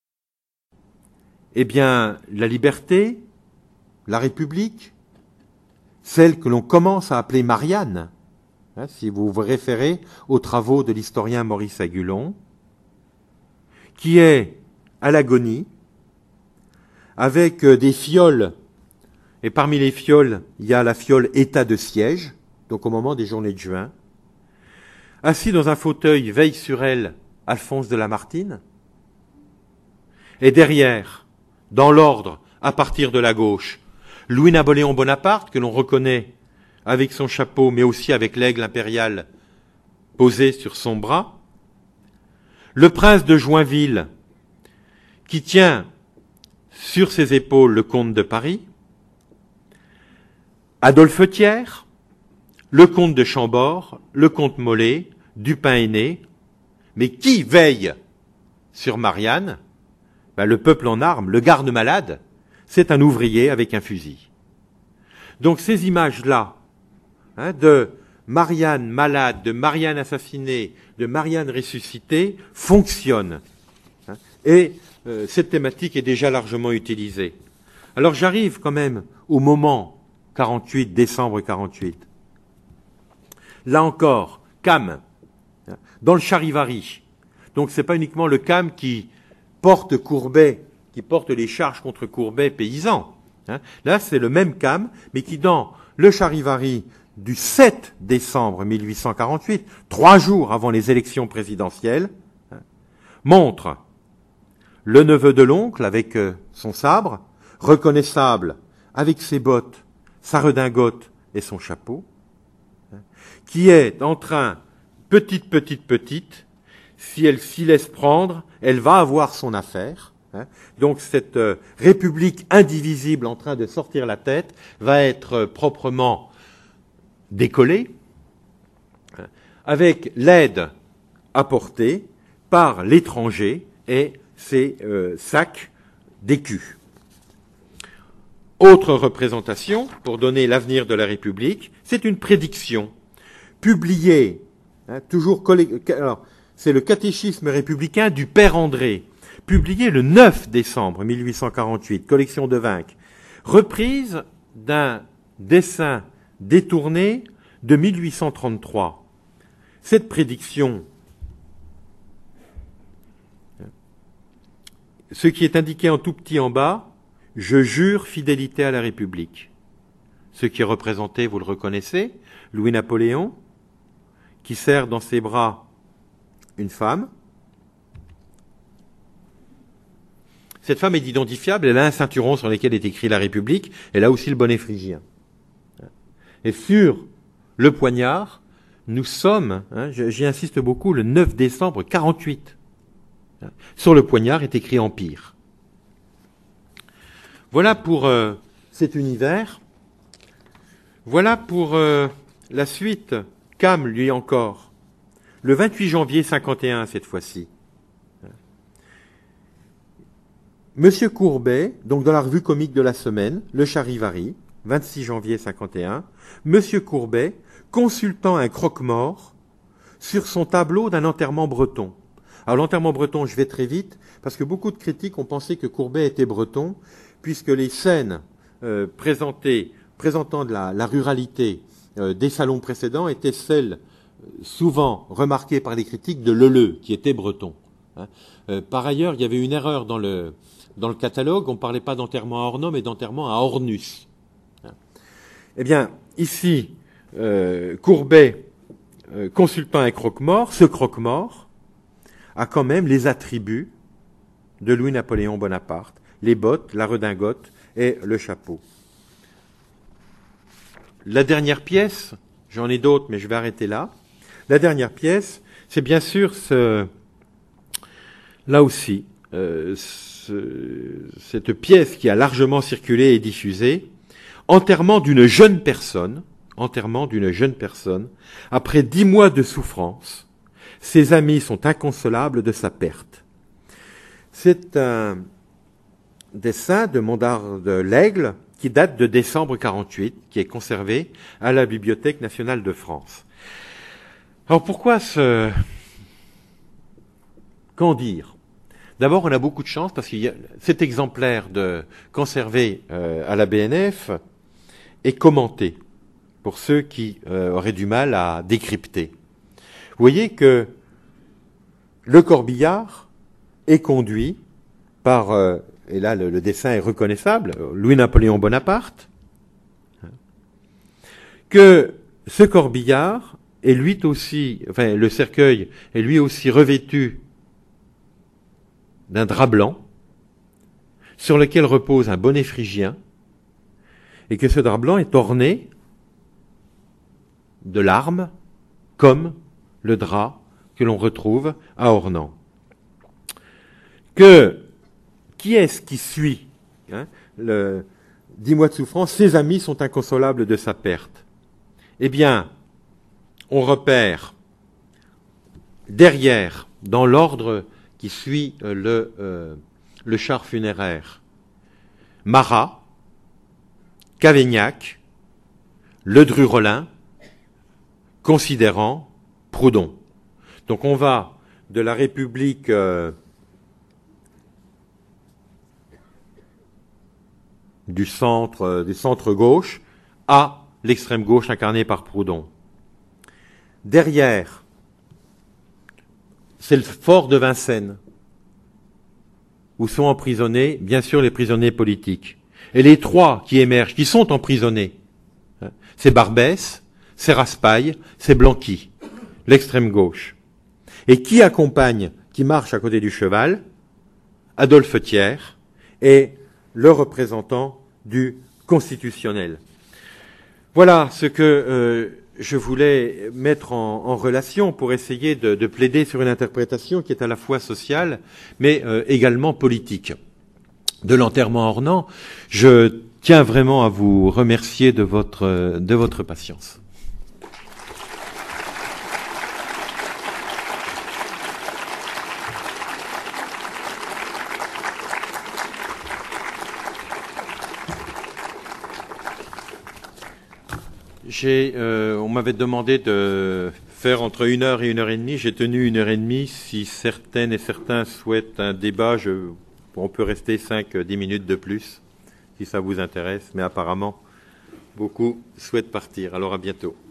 Speaker 2: Eh bien, la liberté, la République, celle que l'on commence à appeler Marianne, hein, si vous vous référez aux travaux de l'historien Maurice Agulon, qui est à l'agonie, avec des fioles, et parmi les fioles, il y a la fiole état de siège, donc au moment des journées de juin. Assis dans un fauteuil, veille sur elle Alphonse de Lamartine, et derrière, dans l'ordre, à partir de la gauche, Louis-Napoléon Bonaparte, que l'on reconnaît avec son chapeau, mais aussi avec l'aigle impérial posé sur son bras, le prince de Joinville, qui tient sur ses épaules le comte de Paris, Adolphe Thiers, le comte de Chambord, le comte Molé, Dupin aîné, mais qui veille sur Marianne? Ben, le peuple en armes, le garde-malade, c'est un ouvrier avec un fusil. Donc ces images-là, hein, de Marianne malade, de Marianne assassinée, de Marianne ressuscitée, fonctionnent. Hein, et euh, cette thématique est déjà largement utilisée. Alors j'arrive quand même au moment quarante-huit, décembre quarante-huit. Là encore, Cam, dans le Charivari. Donc c'est pas uniquement le Cam qui porte Courbet, qui porte les charges contre Courbet paysan. Hein. Là, c'est le même Cam, mais qui, dans le Charivari du sept décembre mille huit cent quarante-huit, trois jours avant les élections présidentielles, hein, montre le neveu de l'oncle avec euh, son sabre, reconnaissable avec ses bottes, sa redingote et son chapeau, hein, qui est en train, petite, petite, petite, si elle s'y laisse prendre, elle va avoir son affaire. Hein. Donc cette euh, république indivisible en train de sortir la tête va être euh, proprement décollée, hein, avec l'aide apportée par l'étranger et ses euh, sacs d'écus. Autre représentation, pour donner l'avenir de la République, c'est une prédiction publiée, hein, toujours collé... Alors, c'est le catéchisme républicain du Père André, publié le neuf décembre mille huit cent quarante-huit, collection de Vinques, reprise d'un dessin détourné de mille huit cent trente-trois. Cette prédiction, ce qui est indiqué en tout petit en bas, « Je jure fidélité à la République ». Ce qui est représenté, vous le reconnaissez, Louis-Napoléon, qui serre dans ses bras une femme. Cette femme est identifiable, elle a un ceinturon sur lequel est écrit la République, elle a aussi le bonnet phrygien. Et sur le poignard, nous sommes, hein, j'y insiste beaucoup, le neuf décembre quarante-huit. Sur le poignard est écrit Empire. Voilà pour euh, cet univers. Voilà pour euh, la suite. Cam, lui encore. Le vingt-huit janvier cinquante et un, cette fois-ci. Monsieur Courbet, donc dans la revue comique de la semaine, le Charivari, vingt-six janvier cinquante et un, Monsieur Courbet, consultant un croque-mort sur son tableau d'un enterrement breton. Alors l'enterrement breton, je vais très vite, parce que beaucoup de critiques ont pensé que Courbet était breton, puisque les scènes euh, présentées, présentant de la, la ruralité euh, des salons précédents étaient celles euh, souvent remarquées par les critiques de Leleu, qui était breton. Hein. Euh, par ailleurs, il y avait une erreur dans le, dans le catalogue, on ne parlait pas d'enterrement à Ornans, mais d'enterrement à Ornus. Hein. Eh bien, ici, euh, Courbet, euh, consultant un croque-mort, ce croque-mort a quand même les attributs de Louis-Napoléon Bonaparte, les bottes, la redingote et le chapeau. La dernière pièce, j'en ai d'autres, mais je vais arrêter là. La dernière pièce, c'est bien sûr ce, là aussi, euh, ce, cette pièce qui a largement circulé et diffusé, enterrement d'une jeune personne, enterrement d'une jeune personne, après dix mois de souffrance, ses amis sont inconsolables de sa perte. C'est un dessin de Mondard de l'Aigle qui date de décembre quarante-huit, qui est conservé à la Bibliothèque nationale de France. Alors pourquoi ce... Qu'en dire? D'abord, on a beaucoup de chance parce que cet exemplaire de conservé euh, à la B N F est commenté pour ceux qui euh, auraient du mal à décrypter. Vous voyez que le corbillard est conduit par, euh, et là le, le dessin est reconnaissable, Louis-Napoléon Bonaparte, que ce corbillard est lui aussi, enfin le cercueil est lui aussi revêtu d'un drap blanc sur lequel repose un bonnet phrygien et que ce drap blanc est orné de l'arme comme le drap que l'on retrouve à Ornans. Que qui est-ce qui suit hein, le dix mois de souffrance? Ses amis sont inconsolables de sa perte. Eh bien, on repère derrière, dans l'ordre qui suit le, euh, le char funéraire, Marat, Cavaignac, Ledru-Rollin, Considérant, Proudhon. Donc on va de la République euh, du centre, euh, du centre gauche à l'extrême gauche incarnée par Proudhon. Derrière, c'est le fort de Vincennes, où sont emprisonnés, bien sûr, les prisonniers politiques. Et les trois qui émergent, qui sont emprisonnés, hein, c'est Barbès, c'est Raspail, c'est Blanqui, l'extrême gauche. Et qui accompagne, qui marche à côté du cheval? Adolphe Thiers est le représentant du constitutionnel. Voilà ce que euh, je voulais mettre en, en relation pour essayer de, de plaider sur une interprétation qui est à la fois sociale, mais euh, également politique. De l'enterrement à Ornans, je tiens vraiment à vous remercier de votre, de votre patience. J'ai, euh, on m'avait demandé de faire entre une heure et une heure et demie. J'ai tenu une heure et demie. Si certaines et certains souhaitent un débat, je, on peut rester cinq, dix minutes de plus, si ça vous intéresse. Mais apparemment, beaucoup souhaitent partir. Alors à bientôt.